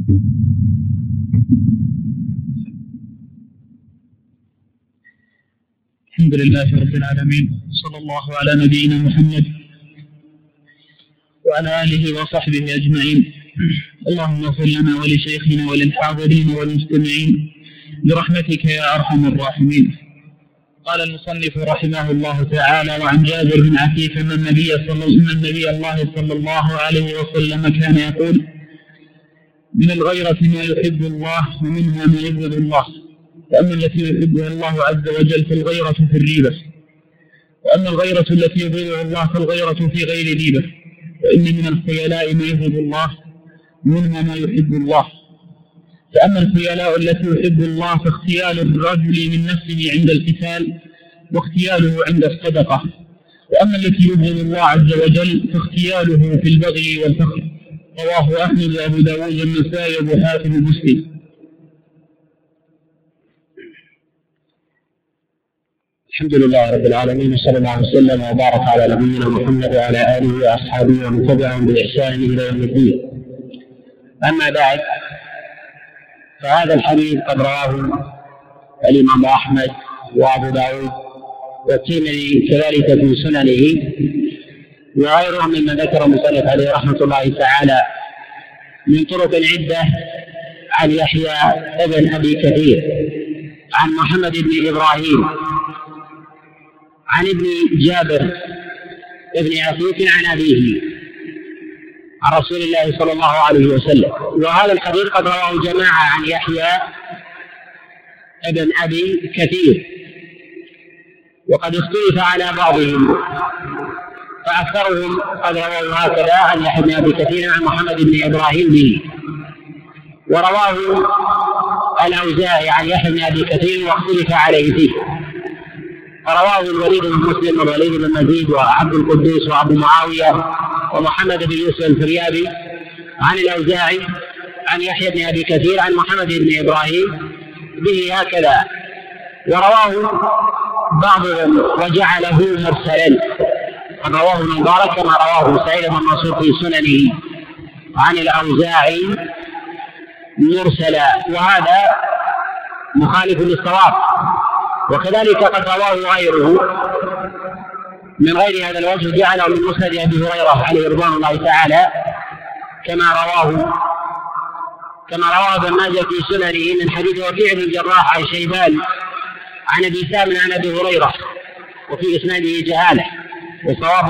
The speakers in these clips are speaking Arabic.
الحمد لله رب العالمين، صلى الله على نبينا محمد وعلى آله وصحبه أجمعين. اللهم اغفر لنا ولشيخنا وللحاضرين والمستمعين برحمتك يا أرحم الراحمين. قال المصنف رحمه الله تعالى: وعن جابر بن عتيق أن النبي الله صلى الله عليه وسلم كان يقول: من الغيرة ما يحب الله ومنها ما يبغض الله، فأما التي يحبها الله عز وجل فالغيرة في الريبة، وأما الغيرة التي يبغضها الله فالغيرة في غير ريبة، وإن من الخيلاء ما يبغض الله ومنها ما يحب الله. فأما الخيلاء التي يحب الله فاختيال الرجل من نفسه عند القتال واختياله عند الصدقة، وأما التي يبغض الله عز وجل فاختياله في البغي والفخر. رواه أحمد وأبو داود والنسائي وأبو حاتم ومسلم. الحمد لله رب العالمين، وصلى الله وسلم وبارك على نبينا محمد وعلى آله وأصحابه ومن تبعهم بإحسان إلى يوم الدين. أما بعد، فهذا الحديث قد رواه الإمام أحمد وأبو داود والترمذي كذلك في سننه وغيرهم ممن ذكر المصنف عليه رحمة الله تعالى من طرق عدة عن يحيى ابن أبي كثير عن محمد بن إبراهيم عن ابن جابر ابن عتيق عن أبيه عن رسول الله صلى الله عليه وسلم. وهذا الحديث قد رواه جماعة عن يحيى ابن أبي كثير، وقد اختلف على بعضهم، فأكثرهم قد رواه هكذا عن يحيى بن أبي كثير عن محمد بن إبراهيم به، ورواه الأوزاعي عن يحيى بن أبي كثير واختلف عليه فيه، رواه الوليد بن مسلم والوليد بن مزيد وعبد القدوس وأبو معاوية ومحمد بن يوسف الفريابي عن الأوزاعي عن يحيى بن أبي كثير عن محمد بن إبراهيم به هكذا، ورواه بعضهم وجعله مرسلا، قد رواه ابن مبارك كما رواه سعيد بن منصور في سننه عن الأوزاعي مرسلا، وهذا مخالف للصواب. وكذلك قد رواه غيره من غير هذا الوجه، جعله من مسند أبي هريرة عليه رضوان الله تعالى كما رواه ابن ماجه في سننه من حديث وكيع بن الجراح عن شيبان عن أبي سالم عن أبي هريرة وفي إسناده جهالة، والصواب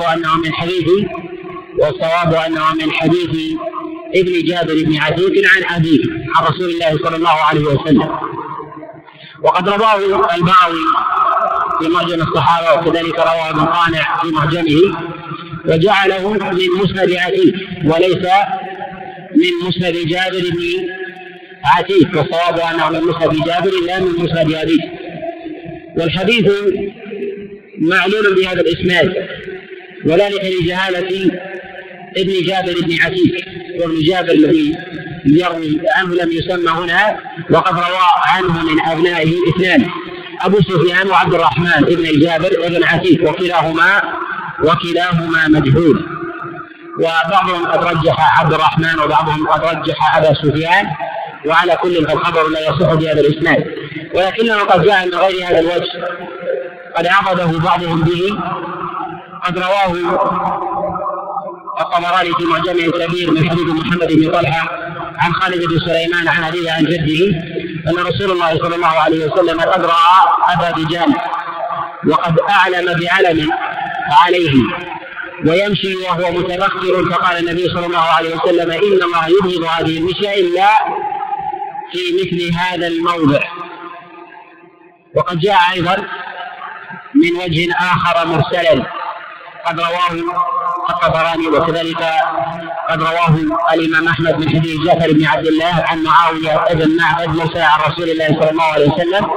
أنه من حديث ابن جابر بن عتيق عن أبيه عن رسول الله صلى الله عليه وسلم. وقد رواه البعوي في معجم الصحابة، وكذلك رواه ابن قانع في معجمه، وجعله من مسند عتيق وليس من مسند جابر بن عتيق، والصواب أنه من مسند جابر لا من مسند أبيه. والحديث معلول بهذا الإسناد، وذلك لجهالة ابن جابر بن عتيق، وابن جابر الذي يروي عنه لم يسمى هنا، وقد روى عنه من أبنائه اثنان: أبو سفيان وعبد الرحمن ابن الجابر ابن عتيق، وكلاهما مجهول، وبعضهم قد رجح عبد الرحمن وبعضهم قد رجح أبا سفيان، وعلى كل فالخبر لا يصح بهذا الإسناد، ولكنه قد جاء من غير هذا الوجه قد عضده بعضهم به. قد رواه الطبراني في معجمه الكبير من حديث محمد بن طلحة عن خالد بن سليمان عن أبيه عن جده أن رسول الله صلى الله عليه وسلم قد رأى أبا دجان وقد أعلم بعلم عليه ويمشي وهو متبخر، فقال النبي صلى الله عليه وسلم: إن الله يبغض هذه المشي إلا في مثل هذا الموضع. وقد جاء أيضا من وجه آخر مرسلا قد رواه الطبراني، وكذلك قد رواه الإمام أحمد من حديث جعفر بن عبد الله عن معاوية بن معبد مرسل عن رسول الله صلى الله عليه وسلم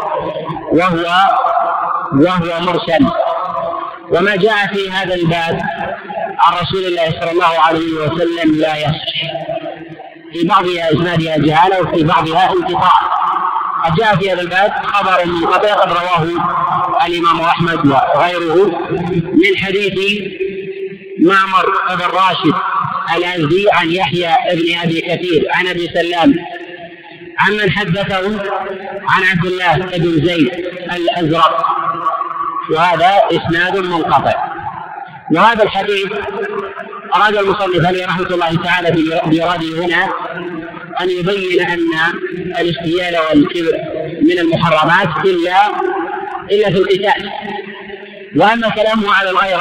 وهو مرسل. وما جاء في هذا الباب عن رسول الله صلى الله عليه وسلم لا يصح، في بعضها إسنادها جهالة وفي بعضها انقطاع. قد جاء في هذا الباب خبر منقطع قد رواه الإمام أحمد وغيره من حديث معمر بن راشد الأزدي عن يحيى ابن أبي كثير عن أبي سلام عمن حدثه عن عبد الله بن زيد الأزرق، وهذا إسناد منقطع. وهذا الحديث أراد المصنف عليه رحمة الله تعالى بإراده هنا أن يبين أن الاختيال والكبر من المحرمات إلا في القتال. وأما كلامه على الغيرة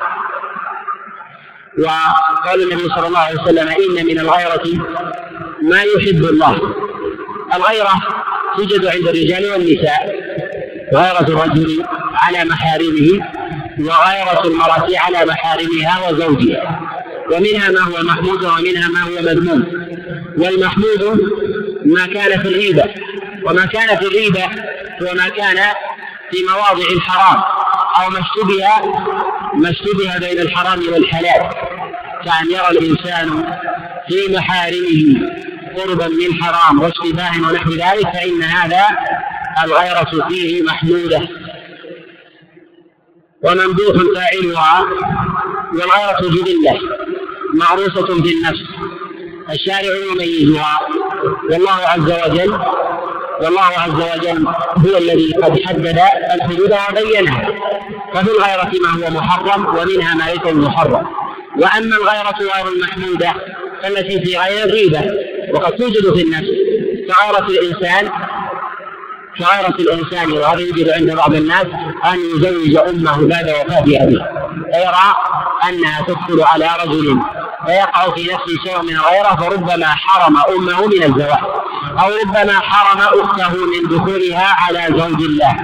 وقال النبي صلى الله عليه وسلم إن من الغيرة ما يحب الله. الغيرة توجد عند الرجال والنساء، غيرة الرجل على محارمه وغيرة المرأة على محارمها وزوجها، ومنها ما هو محمود ومنها ما هو مذموم. والمحمود ما كان في الغيبة، وما كان في الغيبة هو ما كان في مواضع الحرام أو ما اشتبه بين الحرام والحلال، كأن يرى الإنسان في محارمه قربا من حرام واشتباه ونحو ذلك، فإن هذا الغيرة فيه محمودة وممدوح فاعلها. والغيرة جبلة معروفة في النفس، الشارع يميزها، والله عز وجل هو الذي قد حدد الحدود وبينها. ففي الغيرة ما هو محرم ومنها ما ليس محرم. وأما الغيرة غير المحمودة التي في غير الغيبة وقد توجد في النفس كغيرة الإنسان، وهذا يوجد عند بعض الناس أن يزوج أمه بعد وفاة أبيه، فيرى أنها تدخل على رجل فيقع في نفسه شيء من الغيرة، فربما حرم أمه من الزواج، أو ربما حرم أخته من دخولها على زوج الله.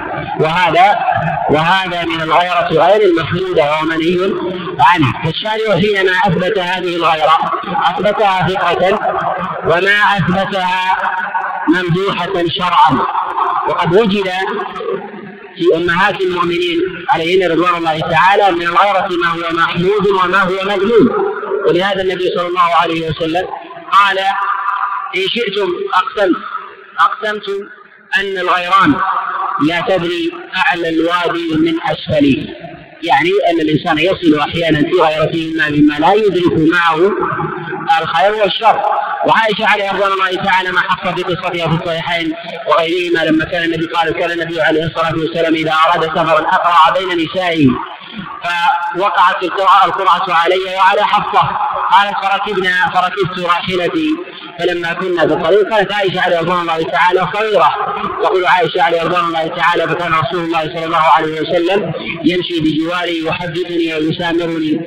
وهذا من الغيرة غير المحمودة وهو منهي عنه. فالشارع حينما أثبت هذه الغيرة أثبتها فقرة، وما أثبتها ممدوحة شرعا. وقد وجد في أمهات المؤمنين عليهن رضوان الله تعالى من الغيرة ما هو محمود وما هو مذموم. ولهذا النبي صلى الله عليه وسلم قال إن شئتم أقسمت أن الغيران لا تدري أعلى الوادي من أسفله، يعني أن الإنسان يصل أحيانا في غيرته مما لا يدرك معه الخير والشر. وعائشة عليه رضوان الله تعالى ما حصل في قصتها في الصحيحين وغيرهما لما كان النبي عليه الصلاة والسلام إذا أراد سفرا أقرع بين نسائه، فوقعت القرعة علي وعلى حفصة، قالت فركبت راحلتي فلما كنا في الطريق. كانت عائشة عليه رضوان الله تعالى صغيرة، تقول عائشة عليه رضوان الله تعالى فكان رسول الله صلى الله عليه وسلم يمشي بجواري يحدثني ويسامرني،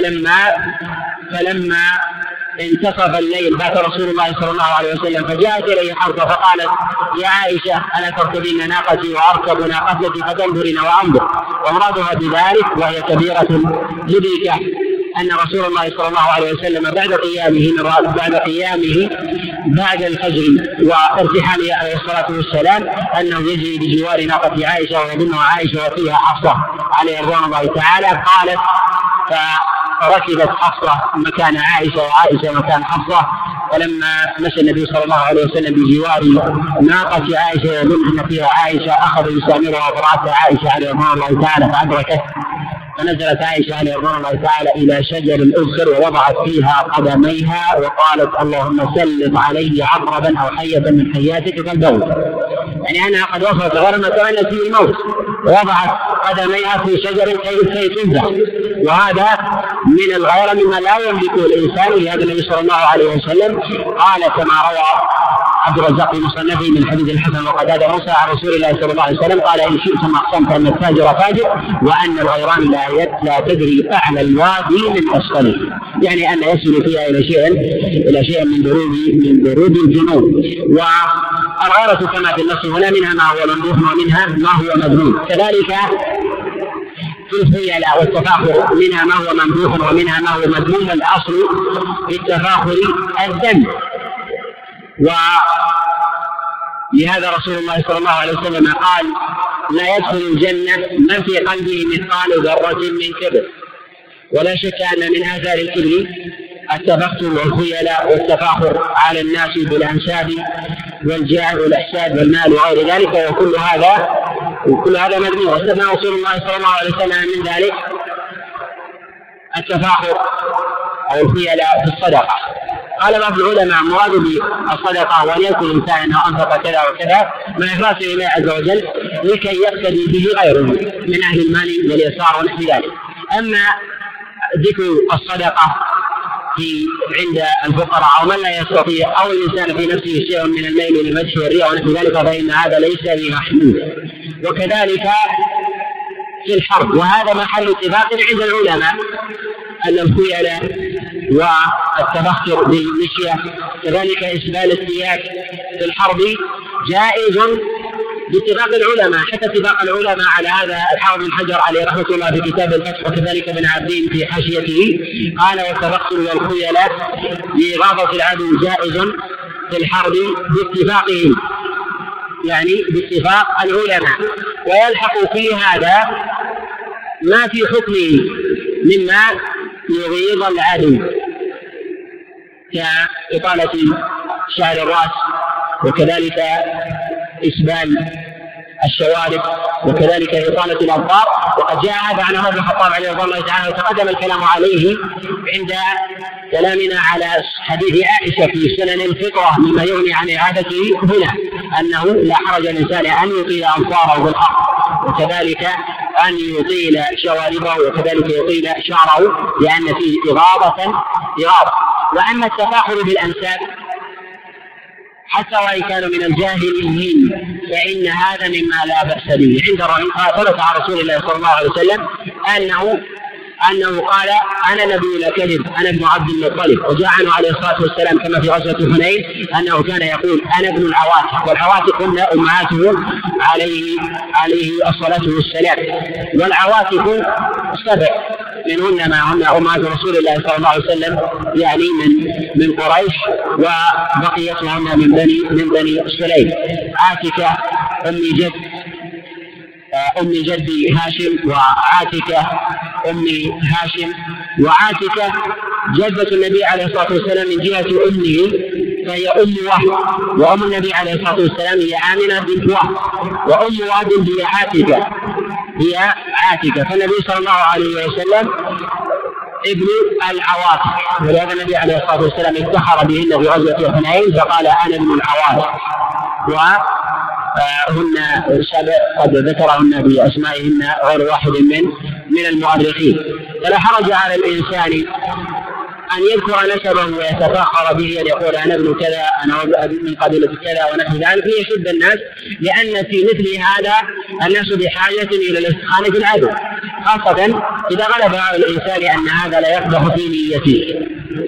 فلما انتصف الليل بات رسول الله صلى الله عليه وسلم فجاءت إليه حفصة فقالت يا عائشة ألا تركبين ناقتي وأركب ناقتي فتنظرين وأنظر. ومرادها بذلك وهي كبيرة لذيك أن رسول الله صلى الله عليه وسلم بعد قيامه بعد الفجر وارتحاله عليه الصلاة والسلام أنه يجري بجوار ناقة عائشة ويظنها عائشة وفيها حفصة عليه رضوان الله تعالى. قالت فركبت حفصة مكان عائشة وعائشة مكان حفصة، فلما مشى النبي صلى الله عليه وسلم بجوار ناقة عائشة يظن أن فيها عائشة أخذ يسامرها فرأت عائشة عليه رضوان الله تعالى فأدركت، فنزلت عائشة عليه رضوان الله تعالى إلى شجر أذخر ووضعت فيها قدميها وقالت اللهم سلط علي عقربا أو حية من حياتك فالبول، يعني أنها قد وصلت غير ما تمنت فيه الموت، ووضعت قدميها في شجر كي تنزح. وهذا من الغيرة مما لا يملكه الإنسان. لهذا النبي صلى الله عليه وسلم قال كما روى عبد الرزاق في مصنفه من حديث الحسن وقتادة موسى عن رسول الله صلى الله عليه وسلم قال إن شئتم أقسمت أن الفاجر فاجر وأن الغيران لا تدري أعلى الوادي من أسفله، يعني أن يصل فيها إلى شيء من ضروب الجنون. والغيرة كما في النص هنا منها ما هو ممدوح ومنها ما هو مذموم. كذلك في الخيلاء والتفاخر منها ما هو ممدوح ومنها ما هو مذموم. الأصل في التفاخر الذم. ولهذا رسول الله صلى الله عليه وسلم قال لا يدخل الجنة من في قلبه مثقال ذرة من كبر. ولا شك أن من آثار الكبر التبختر والخيلاء والتفاخر على الناس بالأنساب والجاه والإحساد والمال وغير ذلك، وكل هذا مذموم. واستثنى رسول الله صلى الله عليه وسلم من ذلك التفاخر أو الخيلاء في الصدقة. قال بعض العلماء مراد بالصدقة وأن يكون الإنسان أنه أنفق كذا وكذا مع إخلاصه لله عز وجل لكي يقتدي به غيره من أهل المال واليسار ونحو ذلك. أما ذكر الصدقة عند الفقراء أو من لا يستطيع أو الإنسان في نفسه شيء من الميل للمدح والرياء ونحو ذلك فإن هذا ليس بمحمود. وكذلك في الحرب، وهذا محل اتفاق عند العلماء أن الخيلاء والتبختر بالمشية كذلك إسبال الثياب في الحرب جائز باتفاق العلماء، حتى اتفاق العلماء على هذا الحافظ بن حجر عليه رحمة الله في كتاب الفتح، وكذلك ابن عبدين في حاشيته قال والتبختر والخيلاء لإغاظة العدو جائز في الحرب باتفاقهم، يعني باتفاق العلماء. ويلحق في هذا ما في حكمه مما يغيظ العدو كإطالة شعر الرأس وكذلك إسبال الشوارب وكذلك إطالة الأظفار. وقد جاء هذا عن عمر بن الخطاب عليه رضي الله تعالى وتقدم الكلام عليه عند كلامنا على حديث عائشة في سنن الفطرة مما يغني عن إعادته هنا، أنه لا حرج الإنسان أن يطيل أظفاره بالحق وكذلك أن يطيل شواربه وكذلك يطيل شعره لأن فيه إغاظة. وأما التفاخر بالأنساب حتى وإن كانوا من الجاهليين فإن هذا مما لا بأس به. عند ثبت عن رسول الله صلى الله عليه وسلم أنه قال أنا نبي لا كذب أنا ابن عبد المطلب، وجاء عنه عليه الصلاة والسلام كما في غزوة حنين أنه كان يقول أنا ابن العواتق، والعواتق هن أمهاته عليه الصلاة والسلام، والعواتق 7 منهن ما هن أمهات رسول الله صلى الله عليه وسلم يعني من قريش، وبقيتهن من بني سليم. عاتكة أم جدي هاشم، وعاتكة أم هاشم، وعاتكة جدة النبي عليه الصلاة والسلام من جهة أمه فهي أم وهب، وأم النبي عليه الصلاة والسلام هي آمنة بنت وهب، وأم وهب هي عاتكة. فالنبي صلى الله عليه وسلم ابن العواتق، ولهذا النبي عليه الصلاة والسلام افتخر بهن في غزوة حنين فقال أنا ابن العواتق، وهن 7 قد ذكرهن بأسمائهن غير واحد من المؤرخين. فلا حرج على الإنسان أن يذكر نسبه ويتفاخر به، أن يقول أنا ابن كذا أنا من قبيلة كذا ونحو ذلك ليشد الناس، لأن في مثل هذا الناس بحاجة إلى الاستخانة بالعدو، خاصة إذا غلب على الإنسان أن هذا لا يقدح في نيته،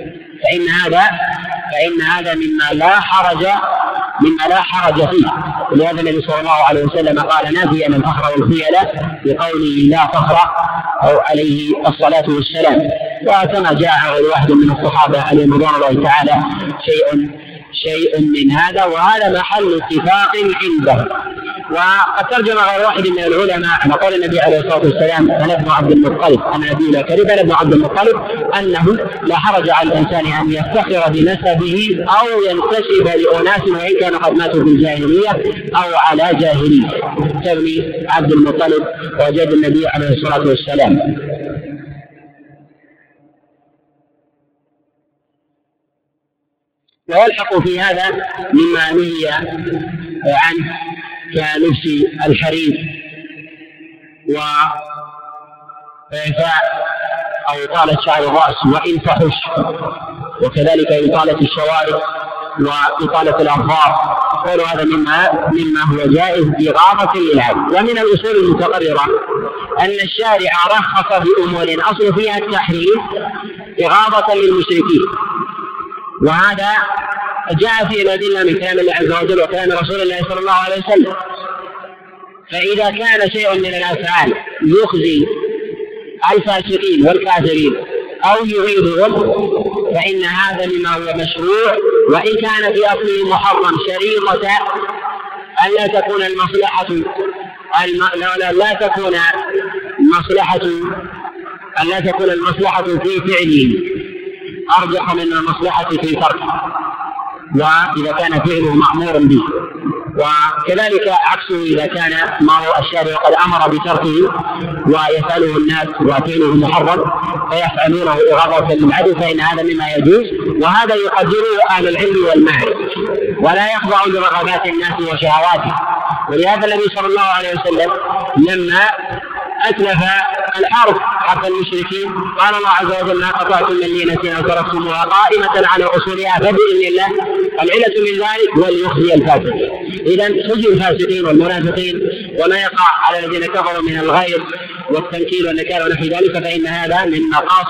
فإن هذا مما لا حرج فيه. ولهذا النبي صلى الله عليه وسلم قال نافيا الفخر والخيلاء بقوله لا فخر أو عليه الصلاة والسلام. وكما جاء غير واحد من الصحابة عليهم رضوان الله تعالى شيء من هذا، وهذا محل اتفاق عنده. وقد ترجم غير واحد من العلماء عن قول النبي عليه الصلاة والسلام أنا ابن عبد المطلب أنا نبي لا كذب أنا ابن عبد المطلب، أنه لا حرج على الإنسان أن يفتخر بنسبه أو ينتسب لأناس وإن كانوا قد ماتوا في الجاهلية أو على جاهلية كابن عبد المطلب وجد النبي عليه الصلاة والسلام. ويلحق في هذا مما نهي عنه كلبس الحرير وإعفاء أو إطالة شعر الرأس وإن تحش، وكذلك إطالة الشوارب وإطالة الأظفار، كل هذا مما هو جائز إغاظة للعدو. ومن الأصول المتقررة أن الشارع رخص بأمور أصل فيها التحريم إغاظة للمشركين، وهذا جاء في الأدلة من كلام الله عز وجل وكلام رسول الله صلى الله عليه وسلم. فإذا كان شيء من الأفعال يخزي الفاسقين والكافرين أو يغيظهم فإن هذا مما هو مشروع، وإن كان في أصله محرم شريطة أن لا تكون المصلحة في فعله أرجح من المصلحة في تركه، وإذا كان فعله مأمور به. وكذلك عكسه إذا كان ما هو الشارع قد أمر بتركه ويفعله الناس وفعله محرم فيفعلونه إغاظة للعدو فإن هذا مما يجوز، وهذا يقدره أهل العلم والمعرفة ولا يخضع لرغبات الناس وشهواتهم. ولهذا النبي صلى الله عليه وسلم لما أتلف الحرب حرب المشركين قال الله عز وجل: ما قطعتم من لينة أو تركتموها قائمة على أصولها فبإذن الله. العلة من ذلك وليخزي الفاسقين. إذن خزي الفاسقين والمنافقين وما يقع على الذين كفروا من الغير والتنكيل والنكال ونحو ذلك فإن هذا من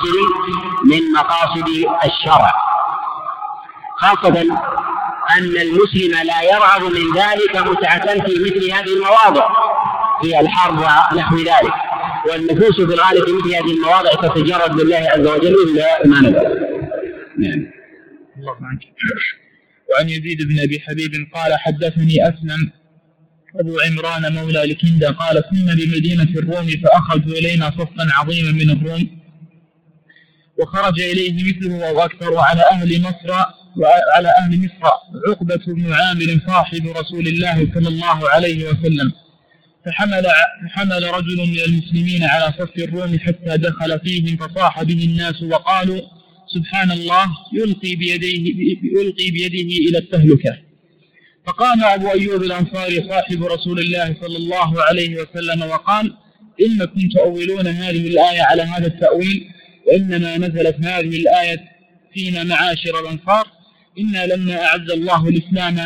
مقاصد الشرع، خاصة أن المسلم لا يرغب من ذلك متعة في مثل هذه المواضع في الحرب ونحو ذلك، والنفوس في الغالب في مثل هذه المواضع تتجرد بالله عز وجل إلا ما نبغى. نعم. الله عنك. وعن يزيد بن أبي حبيب قال: حدثني أسلم أبو عمران مولى لكندة قال: كنا بمدينة الروم فأخذوا إلينا صفا عظيما من الروم وخرج إليه مثله وأكثر، وعلى أهل مصر عقبة بن عامر صاحب رسول الله صلى الله عليه وسلم، فحمل رجل من المسلمين على صف الروم حتى دخل فيهم فصاح به الناس وقالوا: سبحان الله يلقي بيده إلى التهلكة. فقام أبو أيوب الأنصاري صاحب رسول الله صلى الله عليه وسلم وقال: إنكم تؤولون هذه الآية على هذا التأويل، وإنما نزلت هذه الآية فينا معاشر الأنصار، إنا لما أعز الله الإسلام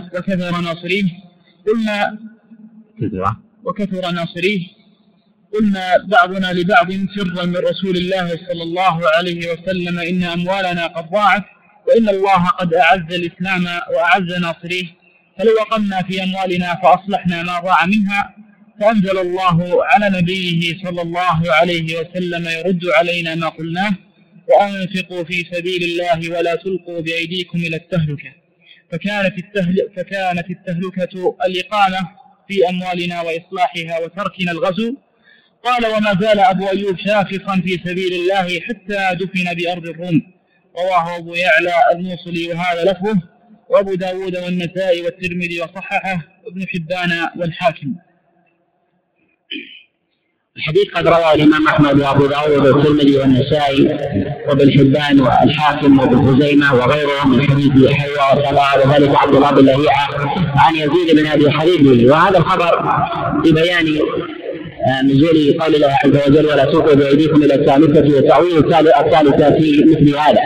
وكثر ناصريه قلنا بعضنا لبعض سرا من رسول الله صلى الله عليه وسلم: إن أموالنا قد ضاعت، وإن الله قد أعز الإسلام وأعز ناصريه، فلو وقمنا في أموالنا فأصلحنا ما ضاع منها. فأنزل الله على نبيه صلى الله عليه وسلم يرد علينا ما قلناه: وأنفقوا في سبيل الله ولا تلقوا بأيديكم إلى التهلكة. فكانت التهلكة الإقامة في أموالنا وإصلاحها وتركنا الغزو. قال: وما زال أبو أيوب شافقا في سبيل الله حتى دفن بأرض الروم. رواه أبو يعلى الموصلي وهذا لفظه، وأبو داود والنسائي والترمذي وصححه وابن حبان والحاكم. الحديث قد رواه الإمام أحمد وأبو داود والترمذي والنسائي وابن حبان والحاكم وابن خزيمة وغيرهم من حديث حيوى وصلاة، وذلك عبد الله بن لهيعة عن يزيد بن أبي حبيب. وهذا الخبر في بيان نزول قول الله عز وجل: ولا تلقوا بأيديكم إلى التهلكة، وتأويل الثالثة في مثل هذا،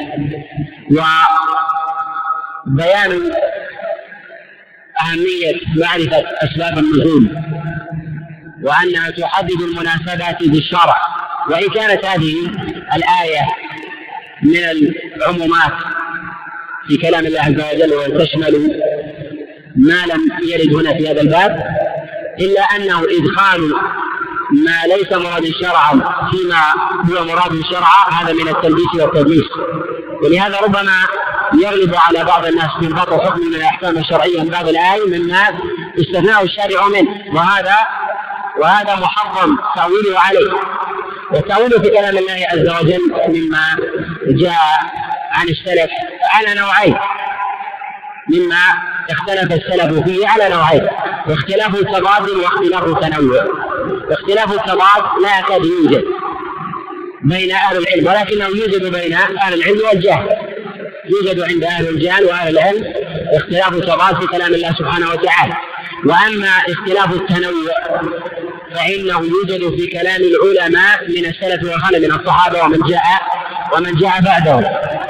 وبيان أهمية معرفة أسباب النزول وأنها تحدد المناسبات بالشرع. وإن كانت هذه الآية من العمومات في كلام الله عز وجل وتشمل ما لم يرد هنا في هذا الباب، إلا أنه إدخال ما ليس مراد الشرع فيما هو مراد الشرع هذا من التلبيس والتدليس. ولهذا ربما يغلب على بعض الناس استنباط حكم من الأحكام الشرعية من بعض الآية مما استثناه الشارع منه، وهذا محرم تأويله عليه. وتأويله في كلام الله عز وجل مما جاء عن السلف على نوعين، مما اختلف السلف فيه على نوعين: اختلاف تضاد واختلاف تنوع. اختلاف التضاد لا يكاد يوجد بين أهل العلم، ولكنه يوجد بين أهل العلم والجهل. يوجد عند أهل الجهل وأهل العلم اختلاف التضاد في كلام الله سبحانه وتعالى. وأما اختلاف التنوع فإنه يوجد في كلام العلماء من السلف والخلف من الصحابة ومن جاء بعدهم.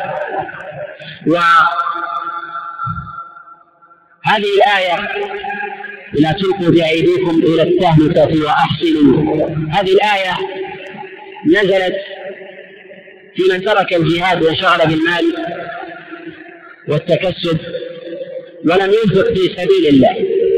وهذه الآية: لا تلقوا بأيديكم إلى التهلكة وأحسنوا، هذه الآية نزلت في من ترك الجهاد وانشغل بالمال والتكسب ولم ينفق في سبيل الله،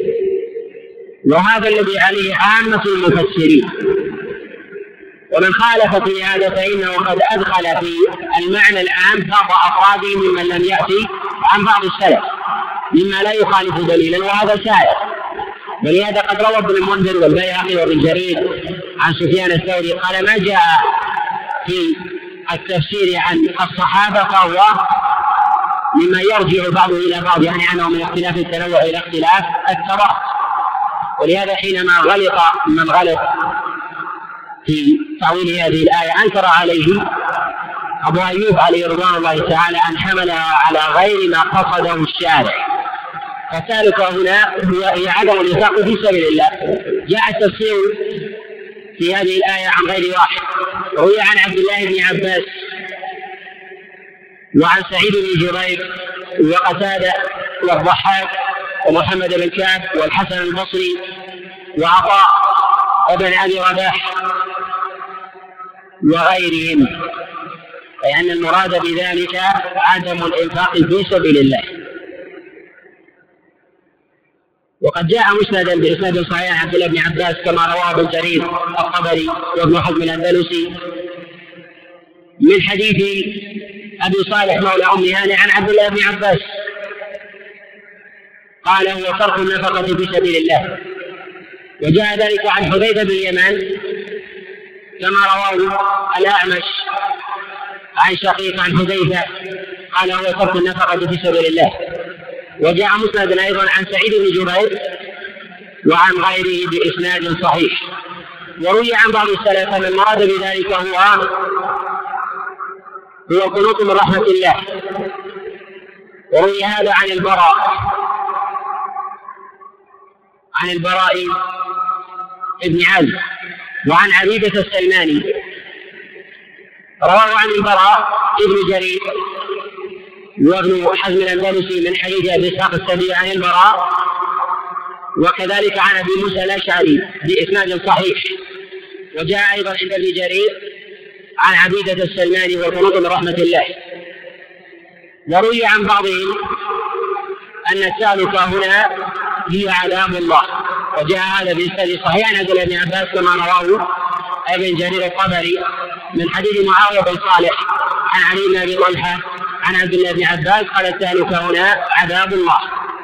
وهذا الذي عليه عامة المفسرين. ومن خالف في هذا فإنه قد أدخل في المعنى العام بعض أفراده ممن لم يأتي عن بعض السلف مما لا يخالف دليلا، وهذا سائر. ولهذا قد روى ابن المنذر والبيهقي وابن جرير عن سفيان الثوري قال: ما جاء في التفسير عن الصحابة فهو مما يرجع بعضه إلى بعض، يعني أنه من اختلاف التنوع إلى اختلاف التضاد. ولهذا حينما غلط من غلط في تأويل هذه الآية أنكر عليه أبو أيوب عليه رضوان الله تعالى أن حملها على غير ما قصده الشارع. فسالك هنا هي عدم الإنفاق في سبيل الله. جاء التفسير في هذه الآية عن غير واحد. روي عن عبد الله بن عباس وعن سعيد بن جبير وقتادة والضحاك ومحمد بن كعب والحسن البصري وعطاء وابن أبي رباح وغيرهم، لأن المراد بذلك عدم الإنفاق في سبيل الله. وقد جاء مسندا بإسناد صحيح عن عبد الله بن عباس كما رواه ابن جرير الطبري وابن حزم الأندلسي من حديث أبي صالح مولى أم هانئ عن عبد الله بن عباس قال هو ترك النفقة في سبيل الله. وجاء ذلك عن حذيفة بن اليمان كما رواه الأعمش عن شقيق عن حذيفة قال هو ترك النفقة في سبيل الله. وجاء مسند أيضا عن سعيد بن جبير وعن غيره بإسناد صحيح. وروي عن بعض السلف أن المراد بذلك هو القنوط من رحمة الله. وروي هذا عن البراء ابن عازب وعن عبيدة السلماني. رواه عن البراء ابن جرير وابن حزم الأندلسي من حديث أبي إسحاق السبيعي عن البراء، وكذلك عن أبي موسى الأشعري بإسناد صحيح. وجاء أيضا عند ابن جرير عن عبيدة السلماني والقنوط من رحمة الله. وروي عن بعضهم أن السالك هنا هي عذاب الله، وجاء هذا بإسناد صحيح عن عبد الله بن عباس كما رواه ابن جرير الطبري من حديث معاوية بن صالح عن علي بن أبي طلحة عن عبد الله بن عباس قال السالك هنا عذاب الله.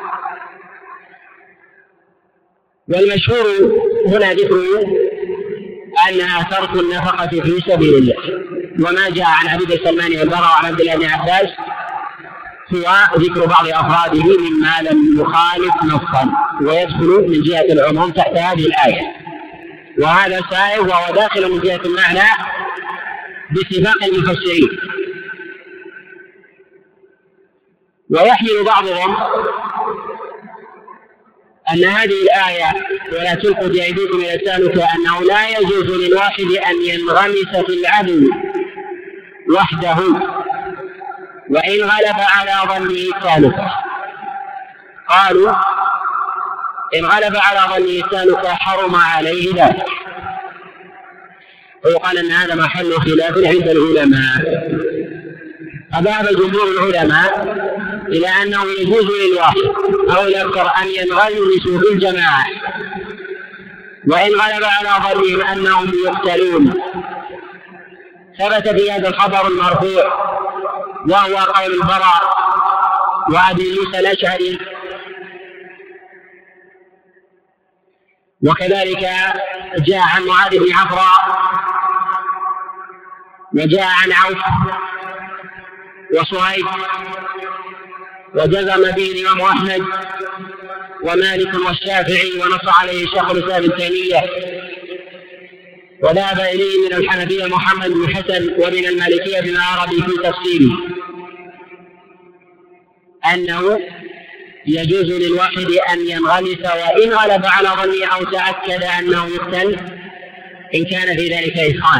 والمشهور هنا ذكره أنها ترك النفقة في سبيل الله. وما جاء عن عبيد السلماني والبراء وعن عبد الله بن عباس هو ذكر بعض أفراده مما لم يخالف نصا ويدخل من جهة العموم تحت هذه الآية، وهذا سائغ وهو داخل من جهة المعنى باتفاق المفسرين. ويحمل بعضهم أن هذه الآية ولا تلقوا بأيديكم إلى التهلكة أنه لا يجوز للواحد أن ينغمس في العدو وحده وإن غلب على ظنه التهلكة. قالوا إن غلب على ظنه التهلكة حرم عليه ذلك. ويقال أن هذا محل خلاف عند العلماء. فذهب جمهور العلماء إلى أنه يجوز للواحد أو الأكثر أن ينغمسوا في الجماعة وإن غلب على ظنهم أنهم يقتلون. ثبت في هذا الخبر المرفوع وهو قول البراء وأبي موسى الأشعري، وكذلك جاء عن معاذ بن عفراء وجاء عن عوف وصهيب، وجزم به الإمام أحمد ومالك والشافعي ونص عليه شيخ الإسلام ابن تيمية، وذهب إليه من الحنفية محمد بن حسن ومن المالكية ابن عربي في تفسيره أنه يجوز للواحد أن ينغمس وإن غلب على ظنه أو تأكد أنه يقتل إن كان في ذلك إسخان.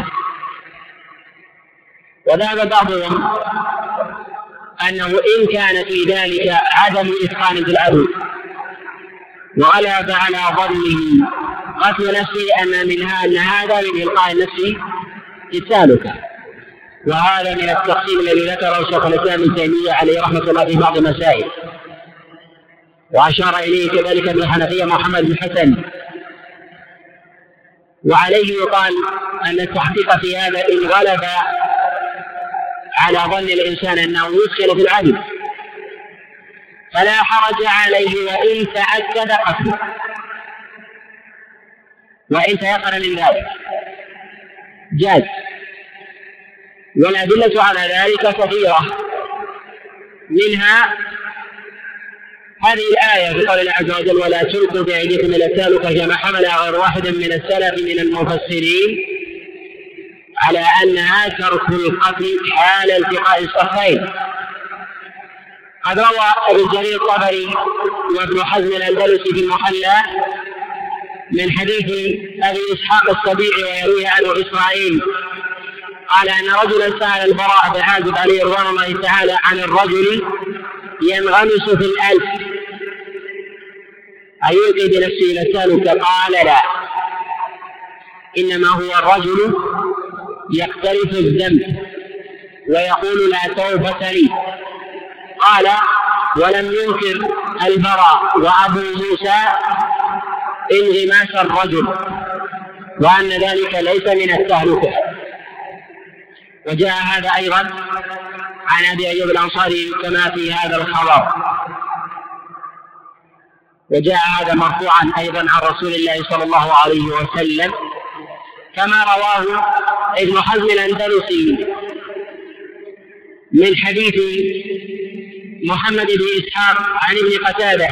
وذهب بعضهم أنه إن كان في ذلك عدم إسخان في العدو وغلب على ظنه قتل نفسه أن هذا من إلقاء النفس في التهلكة. وهذا من التقسيم الذي ذكره شيخ الإسلام ابن تيمية عليه رحمة الله في بعض المسائل، وأشار إليه كذلك ابن الحنفية محمد بن حسن. وعليه يقال أن التحقيق في هذا إن غلب على ظن الإنسان أنه يدخل في العدل فلا حرج عليه وإن تأكد قتله وإن تيقن من ذلك جاز. والأدلة على ذلك كثيرة، منها هذه الآية في قول الله عز وجل ولا تلقوا بأيديكم إلى التهلكة كما حملها غير واحد من السلف من المفسرين على أنها ترك القتل حال التقاء الصفين. قد روى ابن جرير الطبري وابن حزم الأندلسي في المحلى من حديث أبي إسحاق السبيعي ويرويه عنه إسرائيل قال أن رجلا سأل البراء بن عازب عليه رضوان الله تعالى عن الرجل ينغمس في الألف أيلقي بنفسه إلى التهلكة؟ قال لا، إنما هو الرجل يقترف الذنب ويقول لا توبة لي. قال ولم ينكر البراء وأبو موسى انغماس الرجل وأن ذلك ليس من التهلكة. وجاء هذا أيضا عن أبي أيوب الأنصاري كما في هذا الخبر، وجاء هذا مرفوعا أيضا عن رسول الله صلى الله عليه وسلم كما رواه ابن حزم الأندلسي من حديث محمد بن إسحاق عن ابن قتادة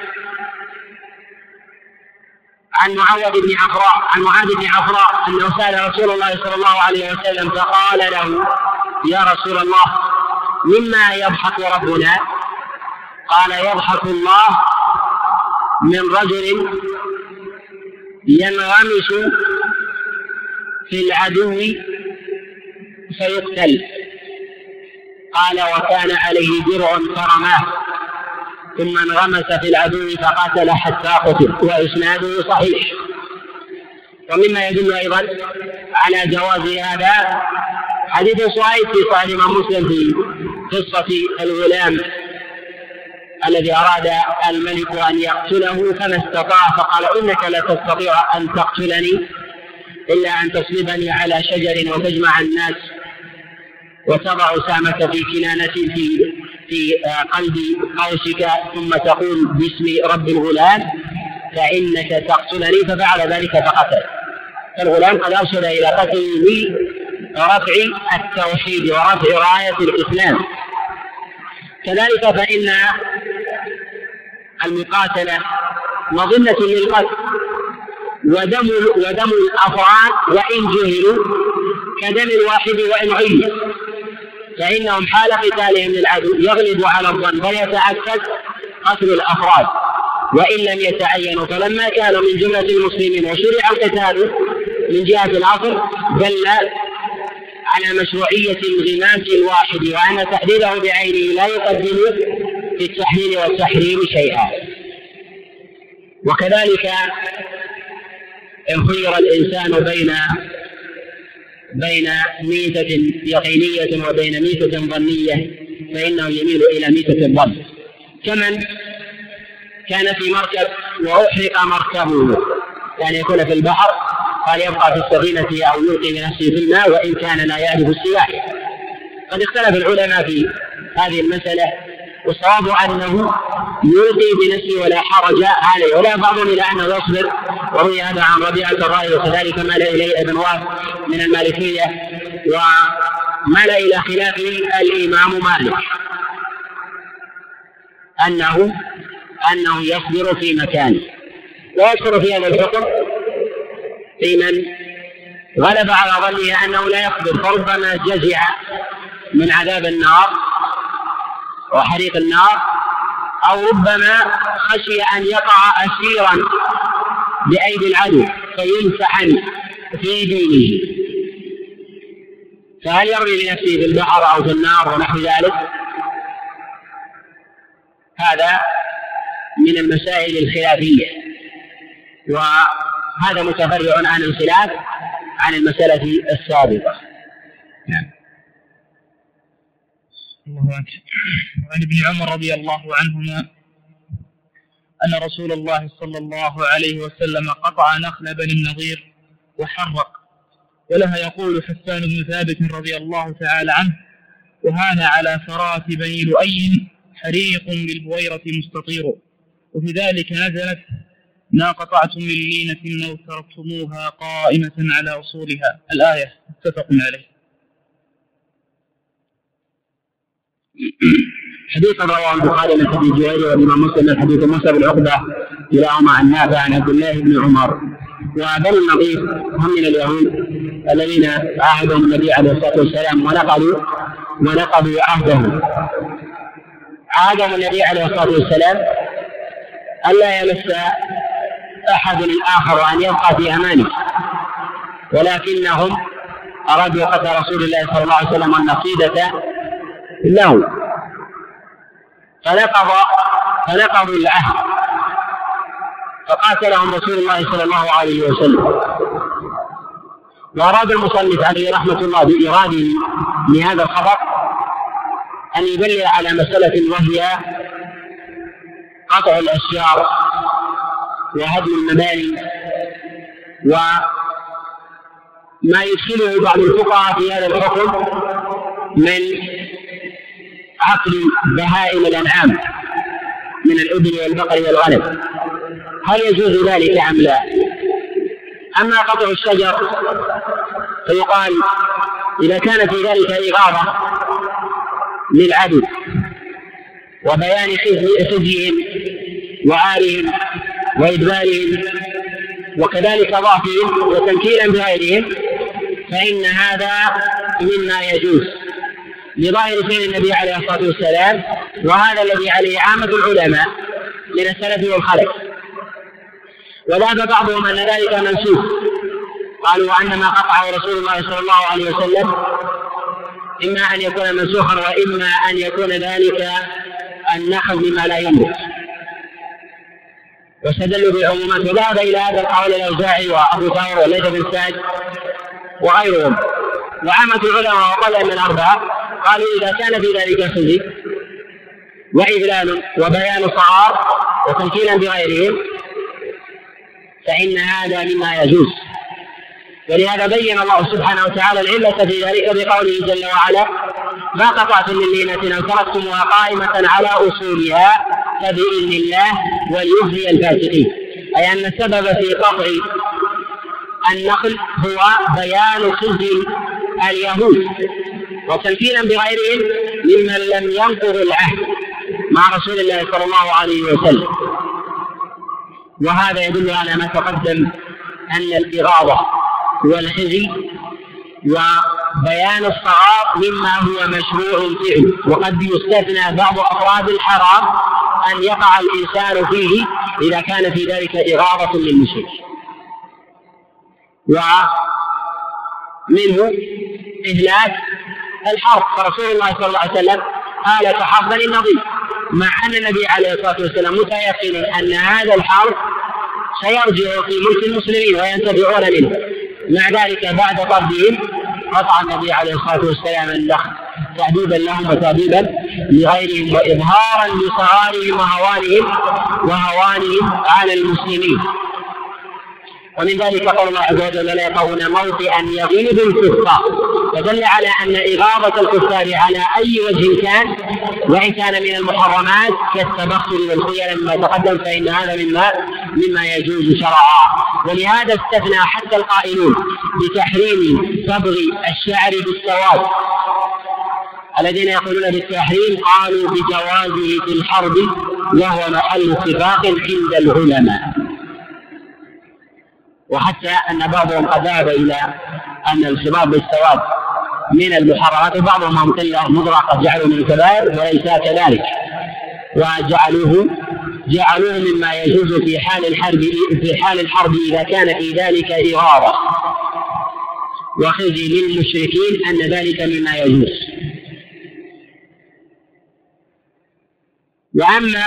عن معاذ بن عفراء أنه سأل رسول الله صلى الله عليه وسلم فقال له يا رسول الله مما يضحك ربنا؟ قال يضحك الله من رجل ينغمس في العدو فيقتل. قال وكان عليه درع فرماه ثم انغمس في العدو فقتل حتى قتل، وإسناده صحيح. ومما يدل أيضا على جواز هذا حديث صهيب في صحيح الإمام مسلم في قصة الغلام الذي أراد الملك أن يقتله فما استطاع فقال إنك لا تستطيع أن تقتلني إلا أن تصلبني على شجر وتجمع الناس وتضع سامك في كنانة في قلب قوسك ثم تقول باسم رب الغلام فإنك تقتلني. ففعل ذلك فقتل. فالغلام قد أرشد إلى قتله لرفع التوحيد ورفع راية الإسلام. كذلك فإن المقاتلة مظنة للقتل، ودم الأفراد وإن جهلوا كدم الواحد وإن عين، فإنهم حال قتالهم للعدو يغلب على الظن ويتأكد قتل الأفراد وإن لم يتعينوا. فلما كانوا من جملة المسلمين وشرع القتال من جهة العصر دل على مشروعية انغماس الواحد وأن تحديده بعينه لا يقدم في التحليل والتحريم شيئا. وكذلك إن خير الإنسان بين ميتة يقينية وبين ميتة ظنية فإنه يميل إلى ميتة الظن. كمن كان في مركب وأحرق مركبه يعني يكون في البحر قال يبقى في السفينة أو يلقي بنفسه في الماء وإن كان لا يعرف السباحة. قد اختلف العلماء في هذه المسألة والصواب أنه يلقي بنفسه ولا حرج عليه، ولا بعضهم إلى أنه يصبر. وروي هذا عن ربيعة الرأي وكذلك مال إليه ابن وهب من المالكية ومال إلى خلافه الإمام مالك أنه يصبر في مكانه. ويصبر في هذا الحكم في من غلب على ظنه أنه لا يصبر فربما جزع من عذاب النار وحريق النار، أو ربما خشي أن يقع أسيرا بأيدي العدو فيمتحن في دينه، فهل يرمي بنفسه في البحر أو في النار ونحو ذلك؟ هذا من المسائل الخلافية، وهذا متفرع عن الخلاف عن المسألة السابقة. نعم. الله أكبر. وعن ابن عمر رضي الله عنهما أن رسول الله صلى الله عليه وسلم قطع نخل بني النضير وحرق، ولها يقول حسان بن ثابت رضي الله تعالى عنه: وهان على فراث بني لؤي حريق بالبويرة مستطير، وفي ذلك نزلت: ما قطعتم من لينة أو تركتموها قائمة على أصولها. الآية متفق عليه. حديث رواه البخاري من حديث جرير والإمام مسلم من حديث موسى بن عقبة كلاهما عن نافع عن عبد الله بن عمر. وبنو النضير هم من اليهود الذين عاهدهم النبي عليه الصلاة والسلام ونقضوا عهدهم. عاهدهم النبي عليه الصلاة والسلام ألا يمس أحد الآخر وأن يبقى في أمانه، ولكنهم أرادوا قتل رسول الله صلى الله عليه وسلم النصيدة له، فنقضوا العهد فقاتلهم رسول الله صلى الله عليه وسلم. وأراد المصنف عليه رحمة الله بإراده لهذا الخبر أن يدل على مسألة وهي قطع الأشجار وهدم المباني، وما يدخله بعض الفقهاء في هذا الحكم من عقل بهائم الأنعام من الإبل والبقر والغنم، هل يجوز ذلك أم لا؟ أما قطع الشجر فيقال إذا كان في ذلك إغاظة للعدو وبيان خزيهم وعارهم وإدبارهم وكذلك ضعفهم وتنكيلا بغيرهم فإن هذا مما يجوز لظاهر فعل النبي عليه الصلاة والسلام، وهذا الذي عليه عامة العلماء من السلف والخلف. وذهب بعضهم أن ذلك منسوخ، قالوا أن ما قطعه رسول الله صلى الله عليه وسلم إما أن يكون منسوخا وإما أن يكون ذلك النخل مما لا ينبت، واستدلوا بالعمومات. وذهب إلى هذا القول الأوزاعي وأبو ثور وليث بن سعد وغيرهم. وعامة العلماء وقال من الأربعة قالوا إذا كان في ذلك خزي وإذلال وبيان صغار وتنكيلا بغيرهم فإن هذا مما يجوز. ولهذا بين الله سبحانه وتعالى العلة في ذلك بقوله جل وعلا: ما قطعتم من لينة أو تركتموها قائمة على أصولها فبإذن الله وليخزي الفاسقين، أي أن السبب في قطع النخل هو بيان خزي اليهود وتنكيلا بغيرهم ممن لم ينقض العهد مع رسول الله صلى الله عليه وسلم. وهذا يدل على ما تقدم أن الإغاظة والخزي وبيان الصغار مما هو مشروع فعله، وقد يستثنى بعض أفراد الحرام أن يقع الإنسان فيه إذا كان في ذلك إغاظة للمشرك. ومنه إهلاك الحرب، فرسول الله صلى الله عليه وسلم آلة حرب للنظير، مع أن النبي عليه الصلاة والسلام متيقن أن هذا الحرب سيرجع في ملك المسلمين وينتفعون منه، مع ذلك بعد طردهم قطع النبي عليه الصلاة والسلام النخل تأديبا لهم وتأديبا لغيرهم وإظهارا لصغارهم وهوانهم على المسلمين. ومن ذلك قول الله عز وجل: لا يطؤون موطئا يغيظ الكفار، فدل على أن إغاظة الكفار على أي وجه كان وإن كان من المحرمات كالتبختر والخيل مما تقدم فإن هذا مما يجوز شرعا. ولهذا استثنى حتى القائلون بتحريم صبغ الشعر بالسواد الذين يقولون بالتحريم قالوا بجوازه في الحرب، وهو محل اتفاق عند العلماء. وحتى أن بعضهم قد ذهب إلى أن الصباغ بالسواد من المحرمات، وبعضهم ممثلة مضرة قد جعلوا من الكبائر وليس كذلك، وجعلوه مما يجوز في حال الحرب إذا كان في ذلك إغاظة وخزي للمشركين أن ذلك مما يجوز. وأما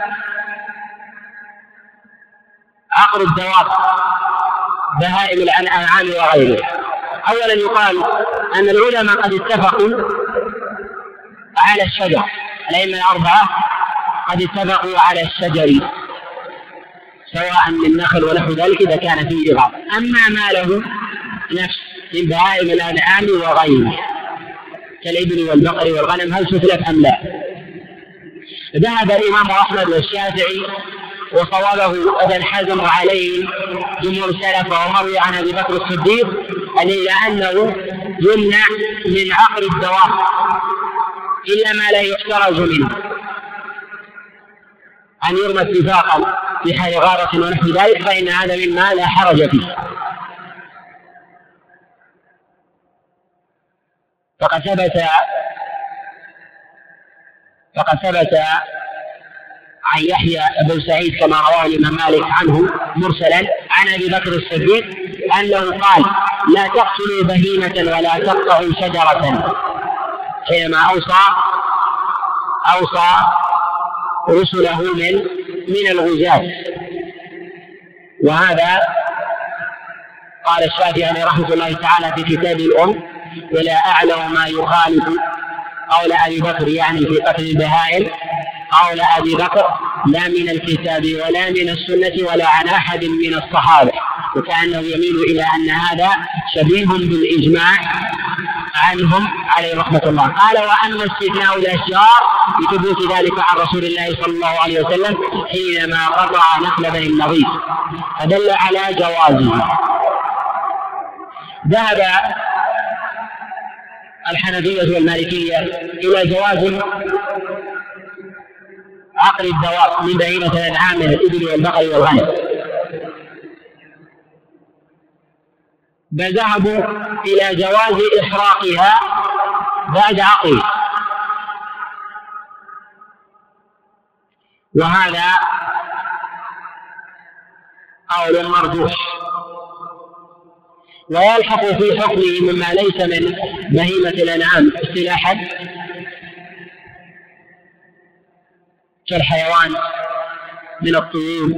عقر الدواب بهائم الأنعام وغيرها، أولا يقال أن العلماء قد اتفقوا على الشجر، الأئمة الأربعة قد اتفقوا على الشجر سواء من نخل ونحو ذلك إذا كان فيه إغاظة. أما ما له نفس من بهائم الأنعام وغيرها كالإبل والبقر والغنم هل تتلف أم لا؟ ذهب الإمام أحمد والشافعي وصوابه ابن حزم عليه جمهور السلف، ومروي عن أبي بكر الصديق إلى أنه يمنع من عقر الدواب إلا ما لا يحترز منه، أن يرمى اتفاقا في حال غارة ونحو ذلك فإن هذا مما لا حرج فيه. فقد ثبت عن يحيى بن سعيد كما رواه الإمام مالك عنه مرسلا عن أبي بكر الصديق أنه قال: لا تقتلوا بهيمة ولا تقطعوا شجرة، حينما أوصى رسله من الغزاة. وهذا قال الشافعي رحمه الله تعالى في كتاب الأم: ولا أعلم ما يخالف قول أبي بكر، يعني في قتل البهائم، قول أبي بكر لا من الكتاب ولا من السنة ولا عن أحد من الصحابة، وكأنه يميل إلى أن هذا شبيه بالإجماع عنهم عليه رحمة الله. قال: وأما استثناء الأشجار لثبوت ذلك عن رسول الله صلى الله عليه وسلم حينما قطع نخل بني النضير، فدل على جوازه. ذهب الحنفية والمالكية إلى جواز عقل الدواب من بهيمة الأنعام من الإبل والبقر والغنم، بل ذهبوا إلى جواز إحراقها بعد عقله، وهذا قول مرجوح. ويلحق في حكمه مما ليس من بهيمة الأنعام اصطلاحا كالحيوان من الطيور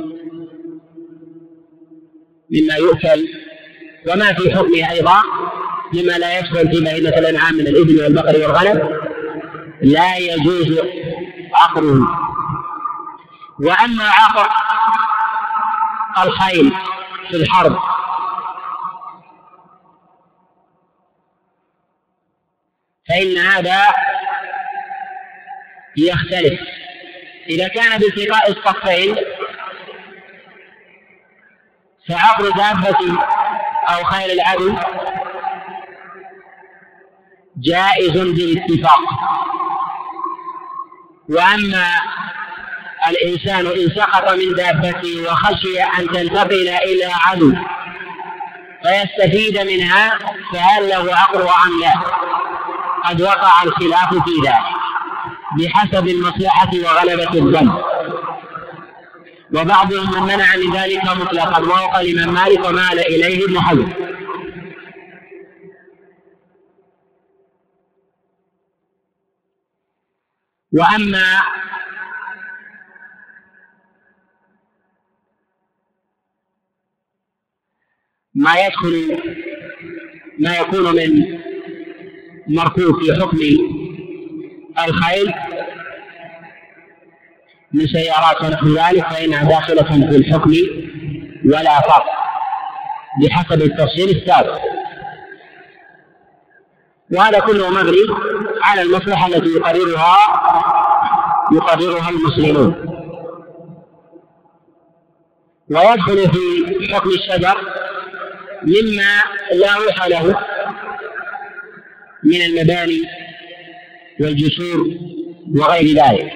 مما يؤكل، وما في حكمه أيضا مما لا يدخل في بهيمة الأنعام من الإبل والبقر والغنم لا يجوز عقله. وأما عقر الخيل في الحرب فإن هذا يختلف. إذا كان بالتقاء الصفين فعقر دابة أو خيل العدو جائز بالاتفاق. وأما الإنسان إن سقط من دابته وخشي أن تنتقل إلى عدو فيستفيد منها فهل له عقر أم لا؟ قد وقع الخلاف في ذلك بحسب المصلحة وغلبة الظن، وبعضهم من منع من ذلك مطلقا وهو قول الإمام مالك ومال إليه ابن حزم. وأما ما يكون من مركوب في حكم الخيل من سيارات ونحو ذلك فإنها داخلة في الحكم ولا فرق بحسب التفصيل السابق. وهذا كله مبني على المصلحة التي يقررها المسلمون. ويدخل في حكم الشجر مما لا روح له من المباني والجسور وغير ذلك،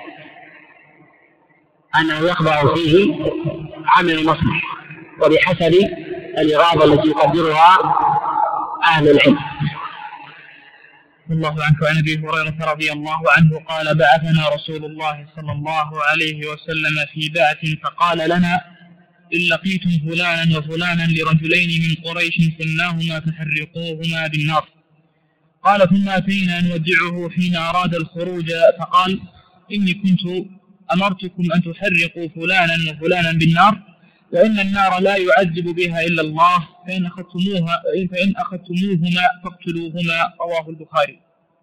أنه يخضع فيه عمل المصلحة وبحسب الإغاظة التي يقدرها أهل العلم. الله عنك عن أبي هريرة رضي الله عنه قال: بعثنا رسول الله صلى الله عليه وسلم في بعث فقال لنا: إن لقيتم فلانا وفلانا لرجلين من قريش سماهما فحرقوهما بالنار. قال: ثم أتينا نودعه حين أراد الخروج فقال: إني كنت أمرتكم أن تحرقوا فلانا وفلانا بالنار، وإن النار لا يعذب بها إلا الله، فإن أخذتموهما فاقتلوهما. رواه البخاري.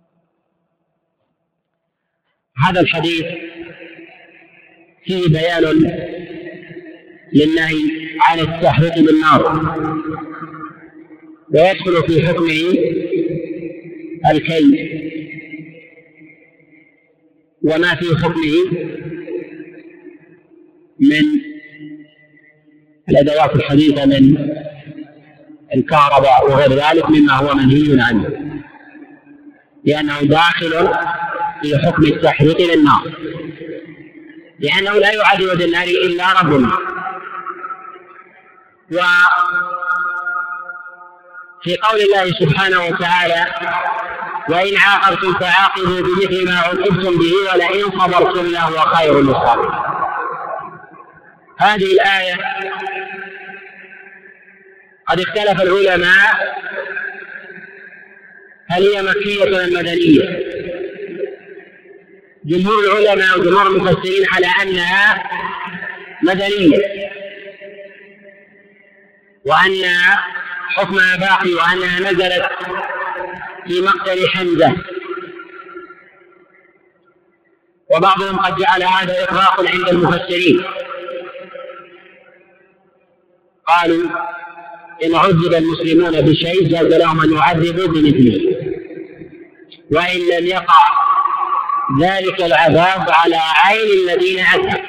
هذا الحديث فيه بيان للنهي عن التحريق بالنار، ويدخل في حكمه الكي وما في حكمه من الأدوات الحديثة من الكهرباء وغير ذلك مما هو منهي عنه، لأنه داخل في حكم التحريق للنار. لأنه لا يعذب بالنار إلا رب النار. وفي قول الله سبحانه وتعالى: وإن عاقبتم فعاقبوا بمثل ما عوقبتم به ولئن صبرتم لهو خير للصابرين. هذه الآية قد اختلف العلماء هل هي مكية أم مدنية. جمهور العلماء وجمهور المفسرين على أنها مدنية، وأن حكمها باقي، وأنها نزلت في مقتل حمزة. وبعضهم قد جعل هذا إطلاق عند المفسرين، قالوا إن عذب المسلمون بشيء جاز لهم أن يعذبوا بمثله، وإن لم يقع ذلك العذاب على عين الذين عذبوا.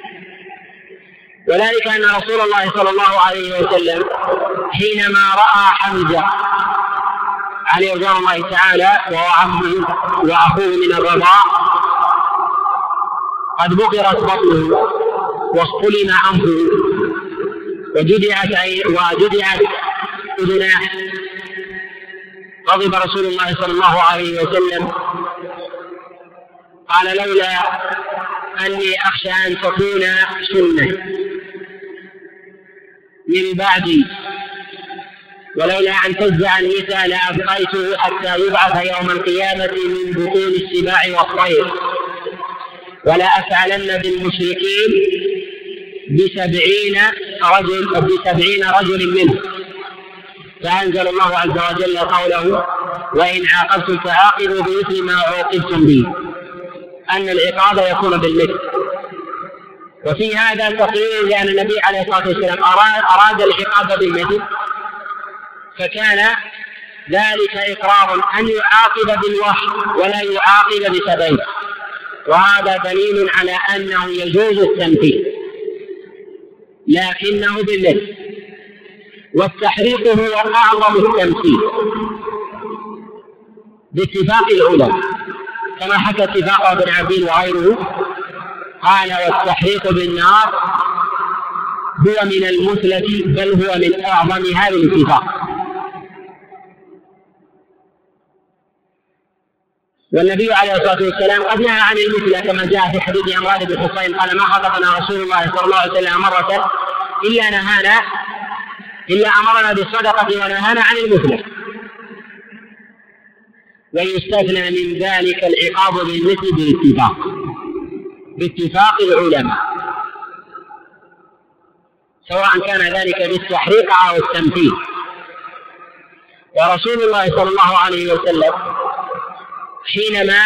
وذلك أن رسول الله صلى الله عليه وسلم حينما رأى حمزة عليه رضوان الله تعالى وهو عمه وأخوه من الرضاع قد بقرت بطنه واصطلم أنفه وجدعت أذناه، غضب رسول الله صلى الله عليه وسلم، قال: لولا أني أخشى أن تكون سنة من بعدي، ولولا أن تجزع النساء لأبقيته حتى يبعث يوم القيامة من بطون السباع والطير، ولا أفعلن بالمشركين ب70 رجل منه. فأنزل الله عز وجل قوله: وإن عاقبتم فعاقبوا بمثل ما عوقبتم به، أن العقاب يكون بالمثل. وفي هذا تقرير لأن النبي عليه الصلاة والسلام أراد العقاب بالمثل، فكان ذلك إقرار أن يعاقب بالوحي ولا يعاقب بسبب، وهذا دليل على أنه يجوز التمثيل لكنه بالمثل. والتحريق هو أعظم التمثيل باتفاق العلماء، كما حكى اتفاق ابن عبيد وغيره، قال: والتحريق بالنار هو من المثلة، بل هو من أعظمها بالاتفاق. والنبي عليه الصلاة والسلام قد نهى عن المثلة، كما جاء في حديث عمران بن حصين قال: ما خطبنا رسول الله صلى الله عليه وسلم مرة إلا أمرنا بالصدقة ونهانا عن المثلة. ويستثنى من ذلك العقاب بالمثل باتفاق العلماء، سواء كان ذلك بالتحريق أو التمثيل. ورسول الله صلى الله عليه وسلم حينما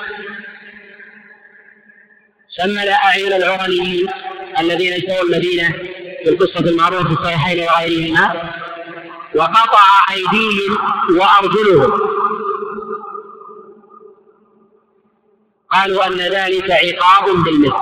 سمل أعين العرنيين الذين اجتووا المدينة في القصة المعروفة في الصحيحين وغيرهما، وقطع أيديهم وأرجلهم، قالوا أن ذلك عقاب بالمثل.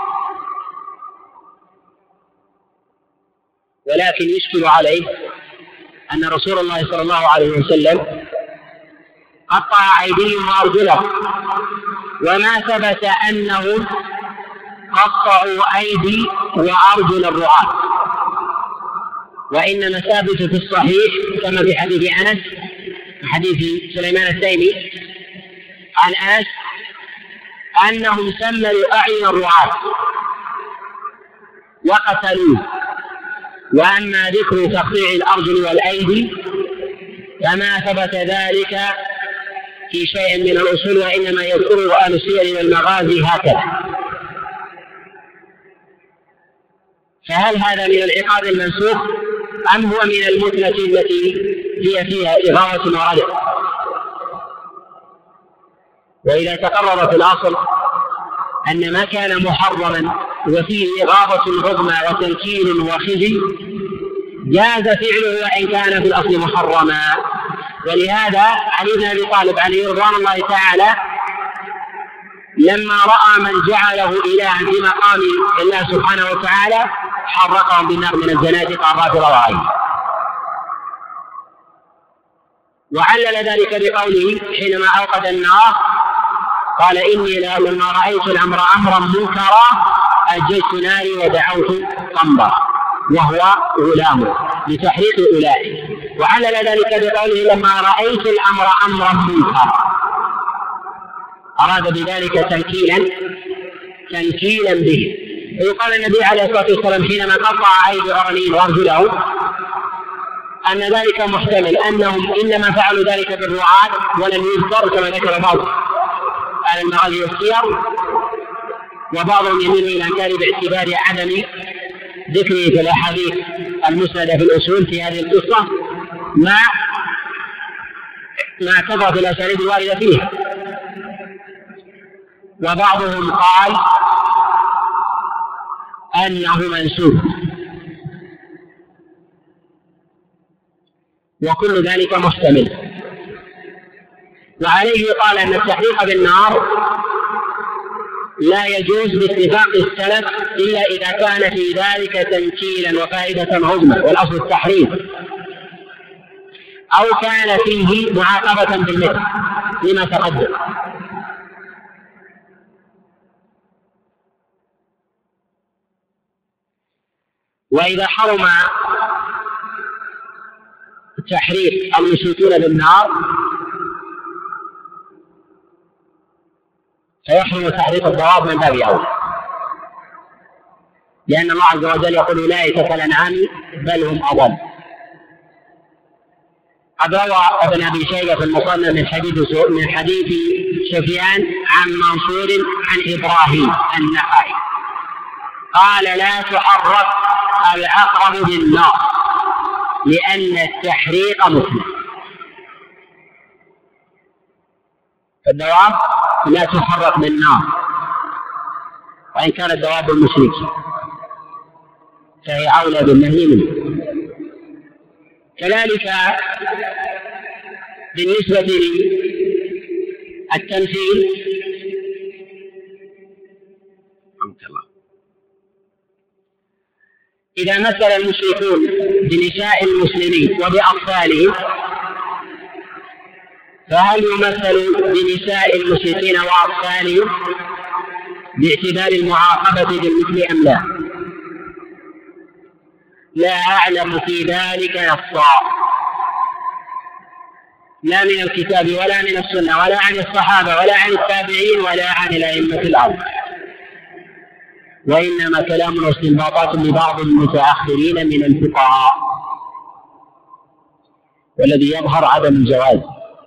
ولكن يشكل عليه أن رسول الله صلى الله عليه وسلم قطع أيديهم وأرجلهم، وما ثبت أنهم قطعوا أيدي وأرجل الرعاة، وإنما ثابت في الصحيح كما في حديث أنس، حديث سليمان التيمي عن أنس، أنهم سملوا أعين الرعاة وقتلوه. وأما ذكر تقطيع الأرجل والأيدي فما ثبت ذلك في شيء من الأصول، وإنما يذكره أهل السير والمغازي هكذا. فهل هذا من العقاب المنسوخ أم هو من المثلة التي هي فيها إغاظة وردع؟ وإذا تقرر في الأصل أن ما كان محرما وفيه إغاظة عظمى وتنكيل وخزي جاز فعله وإن كان في الأصل محرما. ولهذا علي بن أبي طالب عليه رضوان الله تعالى لما رأى من جعله إلها في مقام الله سبحانه وتعالى حرقهم بالنار من الزنادقة الرافضة وغيرهم. وعلل ذلك بقوله حينما أوقد النار قال: إني لما رأيت الأمر أمرا منكرا أججت ناري ودعوت قنبر وهو غلام لتحريق أولئك. وعلل ذلك بقوله لما رأيت الأمر أمرا منكرا، أراد بذلك تنكيلا به. ويقال النبي عليه الصلاة والسلام حينما قطع أيدي الأرانين وأرجلهم أن ذلك محتمل أنهم إنما فعلوا ذلك بالرعاة ولم يذكر كما ذكر بعض أهل المغازي والسير، وبعضهم يميل إلى الإنكار باعتبار عدم ذكره في الأحاديث المسندة في الأصول في هذه القصة ما كثرت الأسانيد الواردة فيها. وبعضهم قال أنه منسوخ، وكل ذلك محتمل. وعليه قال أن التحريق بالنار لا يجوز باتفاق السلف إلا إذا كان في ذلك تنكيلا وفائدة عظمى، والأصل التحريم، أو كان فيه معاقبة بالمثل لما تقدم. وإذا حرم تحريق المشركين بالنار فيحرم تحريق الضواب من باب أولى، لأن الله عز وجل يقول أولئك كالأنعام بل هم أضل. قد روى ابن أبي شيبة في المصنف من حديث سفيان عن منصور عن إبراهيم النخعي قال لا تحرك العقرب بالنار لأن التحريق مثله. الدواب لا تحرك بالنار وإن كانت دواب المشرك فهي أولى بالنهي منه. كذلك بالنسبة للتمثيل إذا مثل المشركون بنساء المسلمين وبأطفالهم فهل يمثل بنساء المشركين وأطفالهم باعتبار المعاقبة بالمثل أم لا؟ لا أعلم في ذلك نصا، لا من الكتاب ولا من السنة ولا عن الصحابة ولا عن التابعين ولا عن الأئمة الأربعة، وإنما كلام واستنباطات لبعض المتأخرين من الفقهاء، والذي يظهر عدم الجواز.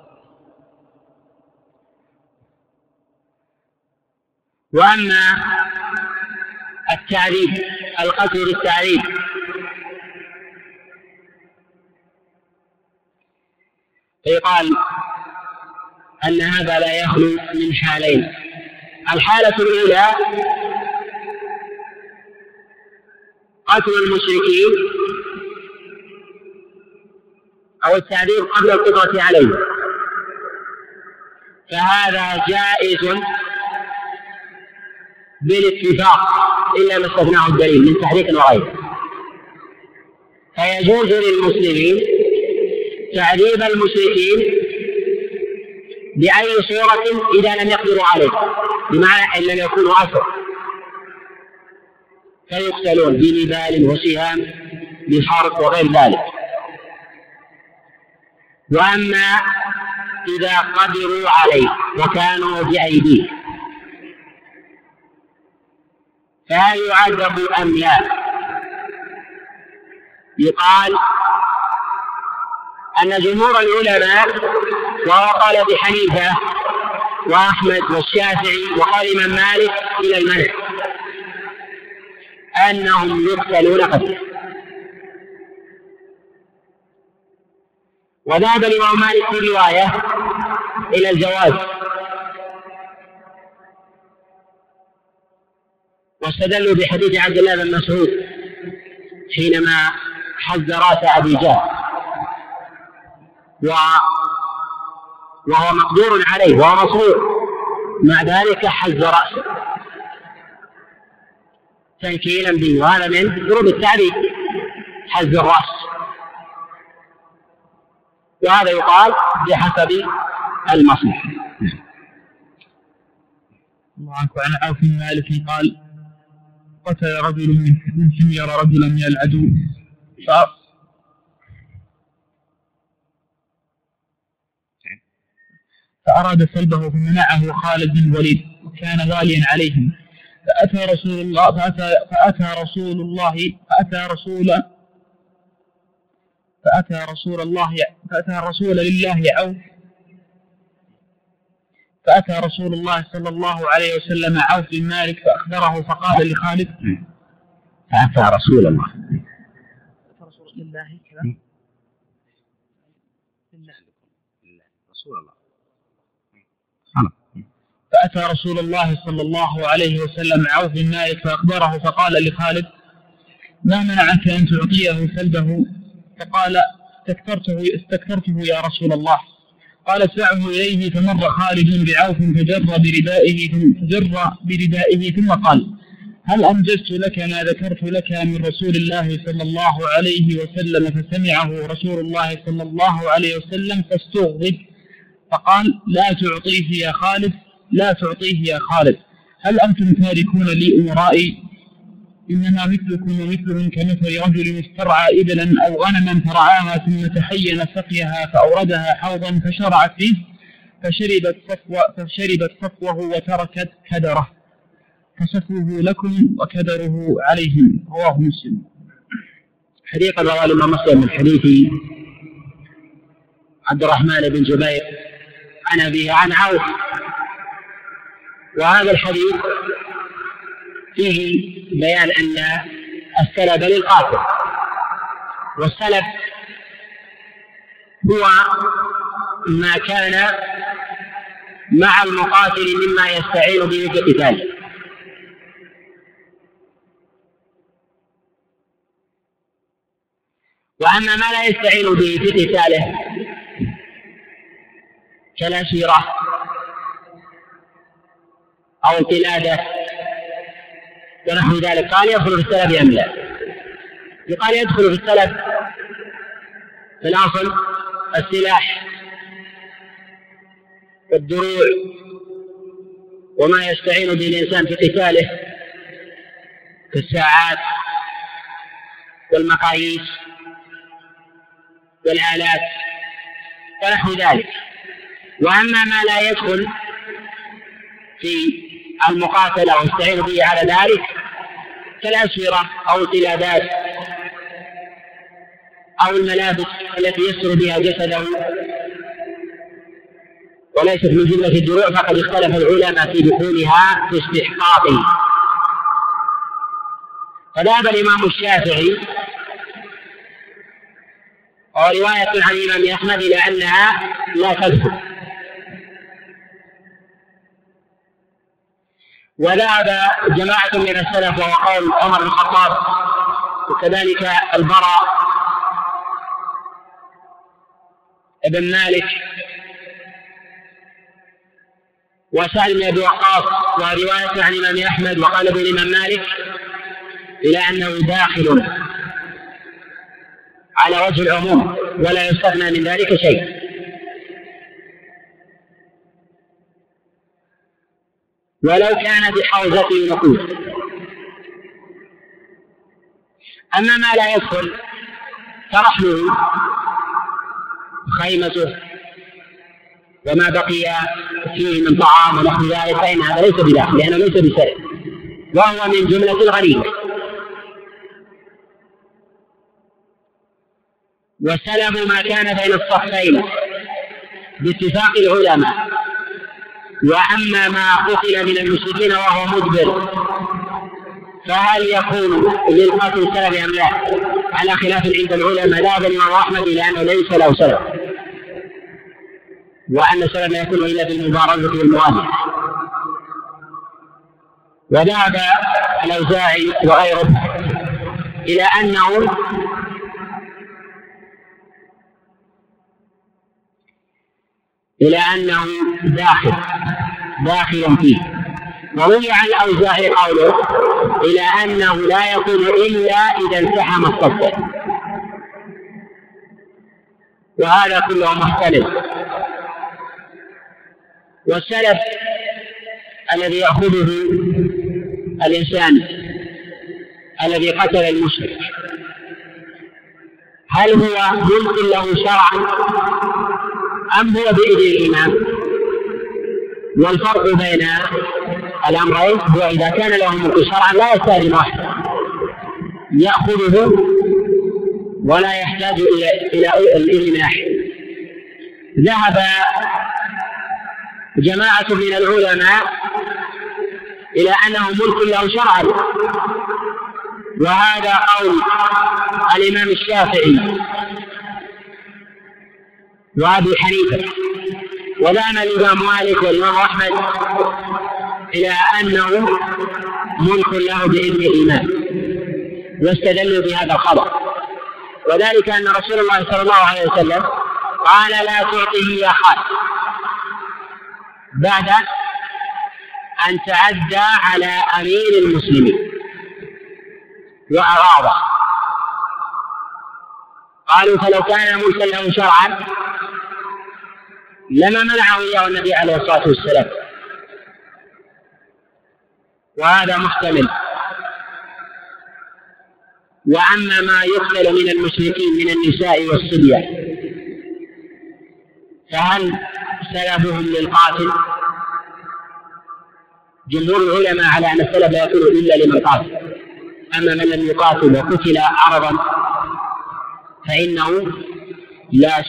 وأما التعذيب القتل بالتعذيب فيقال أن هذا لا يخلو من حالين. الحالة الأولى قتل المشركين أو التعذيب قبل القدرة عليه، فهذا جائز بالاتفاق إلا ما استثناه الدليل من تحريك وغيره، فيجوز للمسلمين تعذيب المشركين بأي صورة إذا لم يقدروا عليه، بمعنى أن لم يكونوا أسر فيقتلون بنبال وسهام بحرب وغير ذلك. وأما إذا قدروا عليه وكانوا بأيديه فهل يعذب أم لا؟ يقال أن جمهور العلماء وهو قال أبي حنيفة وأحمد والشافعي وقال الإمام مالك إلى المنع أنهم يقتلون قتلا. وذهب الإمام مالك في رواية إلى الجواز، واستدلوا بحديث عبد الله بن مسعود حينما حز رأس أبي جهل وهو مقدور عليه وهو مصروع، مع ذلك حز رأسه تنكيلا به، وهذا من ضروب التعذيب حز الرأس، وهذا يقال بحسب المصلحة. وعن عوف بن مالك قال قتل رجل من حمير رجلا من العدو فأراد سلبه فمنعه خالد بن الوليد وكان واليا عليهم. فأتى رسول الله صلى الله عليه وسلم عوف بن مالك فأخبره فقال لخالد فأتى رسول الله فأتى رسول الله صلى الله عليه وسلم عوف بن مالك فأخبره فقال لخالد ما منعك أن تعطيه سلبه؟ فقال استكثرته يا رسول الله. قال ادفعه إليه. فمر خالد بعوف فجر بردائه ثم قال هل أنجزت لك ما ذكرت لك من رسول الله صلى الله عليه وسلم؟ فسمعه رسول الله صلى الله عليه وسلم فاستغضب فقال لا تعطيه يا خالد، هل أنتم تاركون لي أمرائي؟ إنما مثلكم ومثلهم كمثل رجل استرعى إبلا أو غنما فرعاها ثم تحين سقيها فأوردها حوضا فشرعت فيه فشربت صفوه وتركت كدره فسفوه لكم وكدره عليهم. رواه مسلم. حديث رواه الإمام مسلم من حديث عبد الرحمن بن جبير عن أبيه عن عوف. وهذا الحديث فيه بيان أن السلب للقاتل، والسلب هو ما كان مع المقاتل مما يستعين به في قتاله. وأما ما لا يستعين به في قتاله كالأسيرة أو القلادة ونحو ذلك قال يدخل في السلب أم لا؟ يقال يدخل في السلب في الأصل السلاح والدروع وما يستعين به الإنسان في قتاله كالساعات والمقاييس والآلات ونحو ذلك. وأما ما لا يدخل في المقاتلة ويستعين به على ذلك كالأسورة أو القلادات أو الملابس التي يستر بها جسده وليست من جملة الدروع، فقد اختلف العلماء في دخولها في استحقاقه. فذهب الإمام الشافعي ورواية عن الإمام أحمد إلى أنها لا تدخل، وذهب جماعة من السلف وهو قول عمر بن الخطاب وكذلك البراء ابن مالك وسعد بن أبي وقاص ورواية عن الإمام أحمد وقال ابن الإمام مالك إلى أنه داخل على وجه العموم ولا يستثنى من ذلك شيء. ولو كان بحوزته نقود. أما ما لا يدخل فرحله خيمته وما بقي فيه من طعام ونحو ذلك فإن هذا ليس بداخل لأنه ليس بسلب وهو من جملة الغريب. والسلب ما كان بين الصفين باتفاق العلماء. وأما ما قتل من المشركين وهو مدبر فهل يكون للقاتل سلب أم لا؟ على خلاف عند العلماء. ذهب الإمام أحمد إلى أنه ليس له سلب وأن السلب لا يكون إلا بالمبارزة والمواجهة. وذهب الأوزاعي وغيره إلى أنه داخل فيه. وروي عن الأوزاعي قوله إلى أنه لا يكون إلا إذا انتحم الصف، وهذا كله مختلف. والسلف الذي يأخذه الإنسان الذي قتل المشرك هل هو ملك له شرعا أم هو بإذن الإمام؟ والفرق بين الأمرين هو إذا كان له ملك شرعا لا يستأذن واحد يأخذه ولا يحتاج إلى الإذن من أحد. ذهب جماعة من العلماء إلى أنه ملك له شرعا، وهذا قول الإمام الشافعي وأبي حنيفة، وذهب الإمام مالك والإمام أحمد إلى أنه ملك له بإذن الإمام، واستدلوا بهذا الخبر، وذلك أن رسول الله صلى الله عليه وسلم قال لا تعطيه يا خال بعد أن تعدى على أمير المسلمين وأغاضه. قالوا فلو كان ملكا له شرعا لما منعه إياه النبي عليه الصلاة والسلام، وهذا محتمل. وأما ما يقتل من المشركين من النساء والصبية فهل سلبهم للقاتل؟ جمهور العلماء على أن السلب لا يكون إلا لمن قاتل، أما من لم يقاتل وقتل عرضا فإنه لا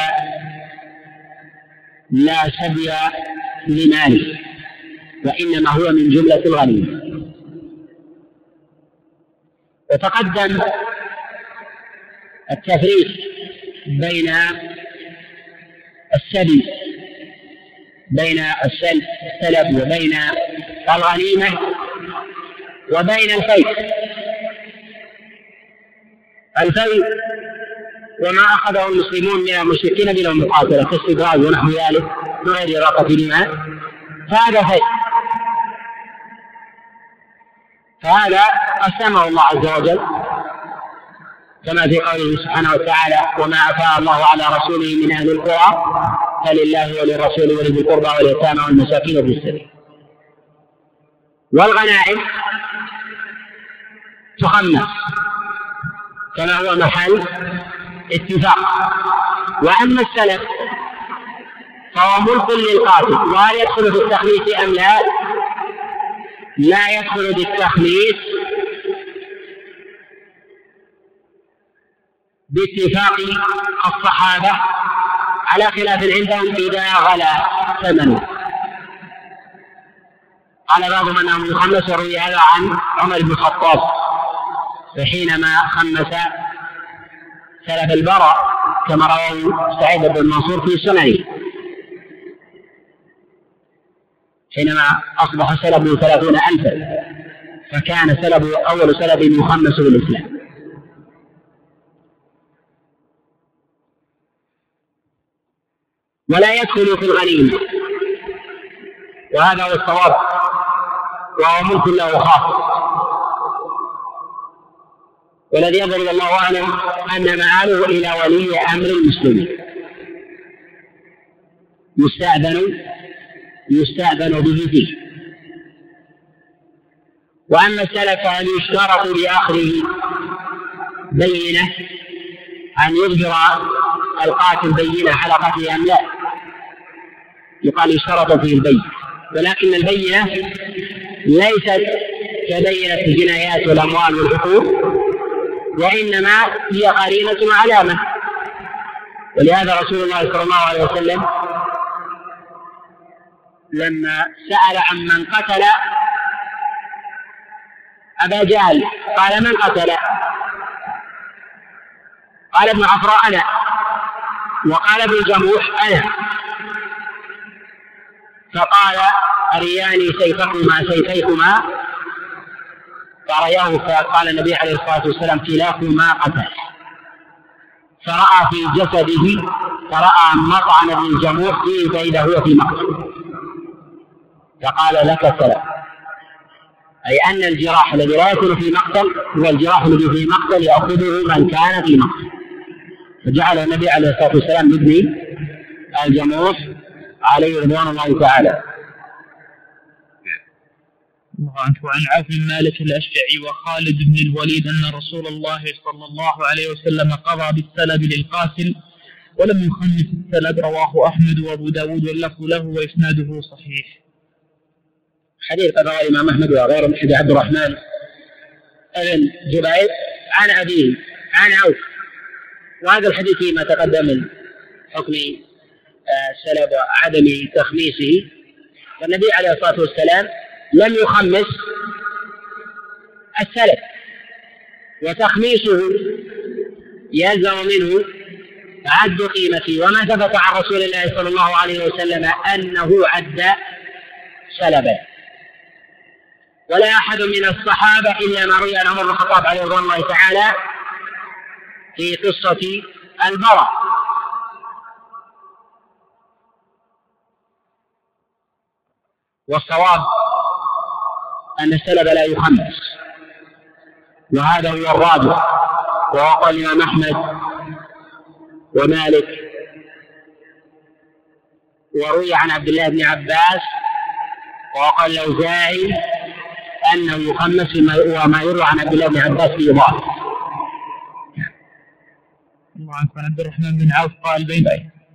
سبي لماله، وإنما هو من جملة الغنيمة. وتقدم التفريق بين السبي، بين السلب وبين الغنيمة وبين الفيء. الفيء وما أخذه المسلمون من المشركين بلا مقاتلة كاستدراج ونحو ذلك من غير إراقة دماء، فهذا فيء، فهذا قسمه الله عز وجل كما في قوله سبحانه وتعالى وما أفاء الله على رسوله من أهل القرى فلله وللرسول ولذي القربى واليتامى والمساكين وابن السبيل. والغنائم تخمس كما هو محل اتفاق. وأما السلف فهو ملك للقاتل، وهل يدخل في التخليص أم لا؟ لا يدخل في التخليص باتفاق الصحابة على خلاف عندهم إذا غلا ثمنه. قال بعضهم أنهم يخمس، وروي هذا عن عمر بن الخطاب فحينما خمس سلف البراء كما رواه سعيد بن منصور في سننه حينما أصبح سلبه 30,000، فكان سلبه أول سلب يخمس بالإسلام. ولا يدخل في الغنيمة، وهذا هو الصواب، وهو ملك له خاص. والذي يظهر الله أعلم أن مآله إلى ولي أمر المسلمين يستأذن به فيه. وأما السلف فهل يشترط لآخره بينة أن يظهر القاتل بينة على قتله أم لا؟ يقال يشترط فيه البينة، ولكن البينة ليست كبينة الجنايات والأموال والحقوق، وإنما هي قرينة وعلامة. ولهذا رسول الله صلى الله عليه وسلم لما سأل عن من قتل أبا جهل قال من قتل؟ قال ابن عفراء أنا، وقال ابن الجموح أنا، فقال أرياني سيفيكما فرأيه، فقال النبي عليه الصلاة والسلام كلاكما قتل، فرأى في جسده فرأى مطعن ابن الجموح فيه فإذا هو في مقتل، فقال لك السلام، أي أن الجراح الذي لا يكون في مقتل هو الجراح الذي في مقتل يأخذه من كان في مقتل، فجعل النبي عليه الصلاة والسلام يبني الجموح عليه رضوان الله تعالى. وعن عوف بن مالك الأشجعي وخالد بن الوليد أن رسول الله صلى الله عليه وسلم قضى بالسلب للقاتل ولم يخمس السلب. رواه أحمد وأبو داود واللفظ له وإسناده صحيح. حديث قد رواه الإمام أحمد وغيره من حديث عبد الرحمن بن جبير عن أبيه عن عوف، وهذا الحديث فيما تقدم من حكم السلب وعدم تخميسه، والنبي عليه الصلاة والسلام لم يخمس السلب، وتخميسه يلزم منه عد قيمته، وما ثبت عن رسول الله صلى الله عليه وسلم أنه عد سلبا، ولا أحد من الصحابة إلا ما روي عن عمر بن الخطاب عليه رضوان الله تعالى في قصة البراء. والصواب أن السلب لا يخمس، وهذا هو الراجح، وهو قول الإمام أحمد ومالك، وروي عن عبد الله بن عباس وقال الأوزاعي أنه يخمس، وما يروى عن عبد الله بن عباس في إضافة. الله عنك. عن عبد الرحمن بن عوف قال بين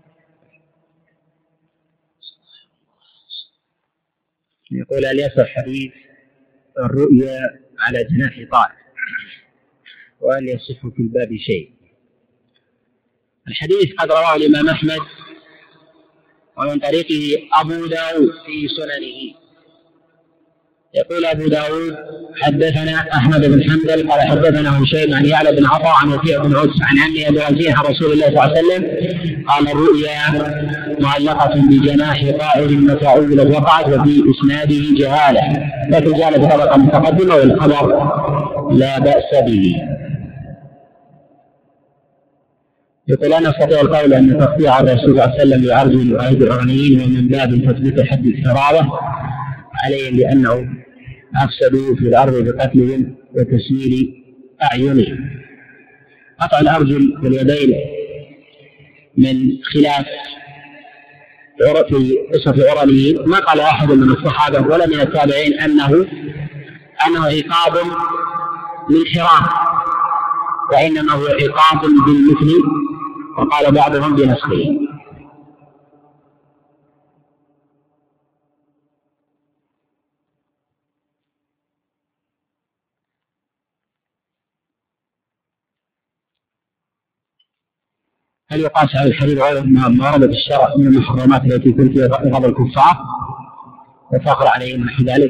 يقول هل يصح حديث الرؤيا على جناح طائر، وهل يصح في الباب شيء؟ الحديث قد رواه الإمام أحمد ومن طريقه أبو داود في سننه. يقول أبو داود حدثنا أحمد بن حنبل قال حدثنا هشيم عن يعلى بن عطاء عن وكيع بن عدس عن عمي أبي رزين عن رسول الله صلى الله عليه وسلم قال الرؤيا معلقة بجناح طائر متى أولد وقعت، وفي إسناده جهالة، لكن جهالة طبقة متقدمة، والخبر لا بأس به. يقول أنا أستطيع القول أن تقطيع الرسول صلى الله عليه وسلم لأرجل وأيدي الأغنيين ومن باب تثبيت حد الحرابة عليهم، لأنه أفسدوا في الأرض بقتلهم وتسيير أعينهم. قطع الأرجل واليدين من خلاف في قصة عرنيين، ما قال أحد من الصحابة ولا من التابعين أنه عقاب للحرام، وإنما هو عقاب بالمثل، وقال بعضهم بنسخه. هل يقاس على الحرير غير ما ورد في الشرع من المحرمات التي كنت في غضب الكفار وفخر عليهم نحو ذلك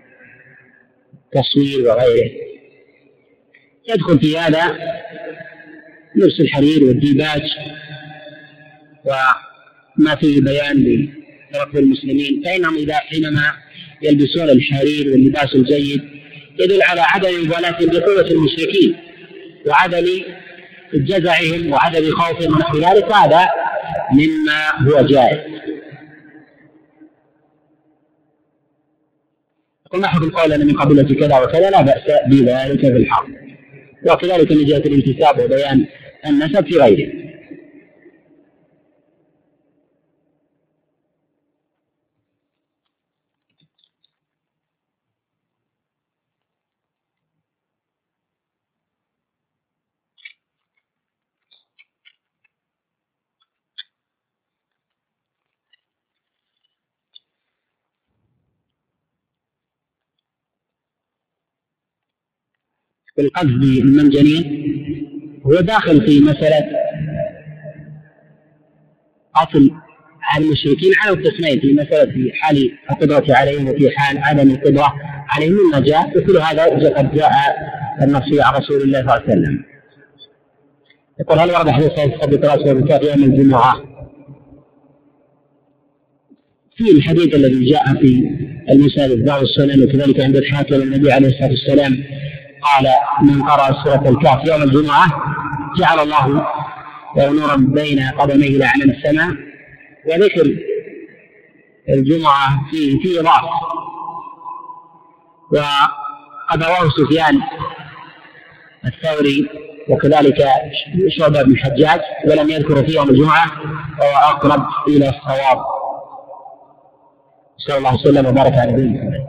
كتصوير وغيره؟ يدخل في هذا لبس الحرير والديباج وما فيه بيان لركب المسلمين، فإنهم حينما يلبسون الحرير واللباس الجيد يدل على عدم مبالاة بقوة المشركين وعدم جزعهم وعدم خوفهم ونحو ذلك، هذا مما هو جائز. يقول نحن القول أن من قبيلة كذا وكذا لا بأس بذلك في الحق، وكذلك من جهة الانتساب وبيان النسب في غيره. القذف بالمنجنيق هو داخل في مسألة قتل المشركين على القسمين، في مسألة في حال القدرة عليهم وفي حال عدم القدرة عليهم، مما جاء وكل هذا قد جاء النص عن رسول الله صلى الله عليه وسلم. يقول هل ورد حديث ثابت راسه بكاف يوم الجمعة؟ في الحديث الذي جاء في المسائل بعض السنن وكذلك عند الحاكم النبي عليه الصلاة والسلام قال من قرأ سورة الكهف يوم الجمعة جعل الله نورا بين قدميه إلى أعلى السماء، وذكر الجمعة في إضافة. وقد رواه سفيان الثوري وكذلك شعبة بن الحجاج ولم يذكر في يوم الجمعة، وهو أقرب إلى الصواب. صلى الله عليه وسلم وبارك على نبينا.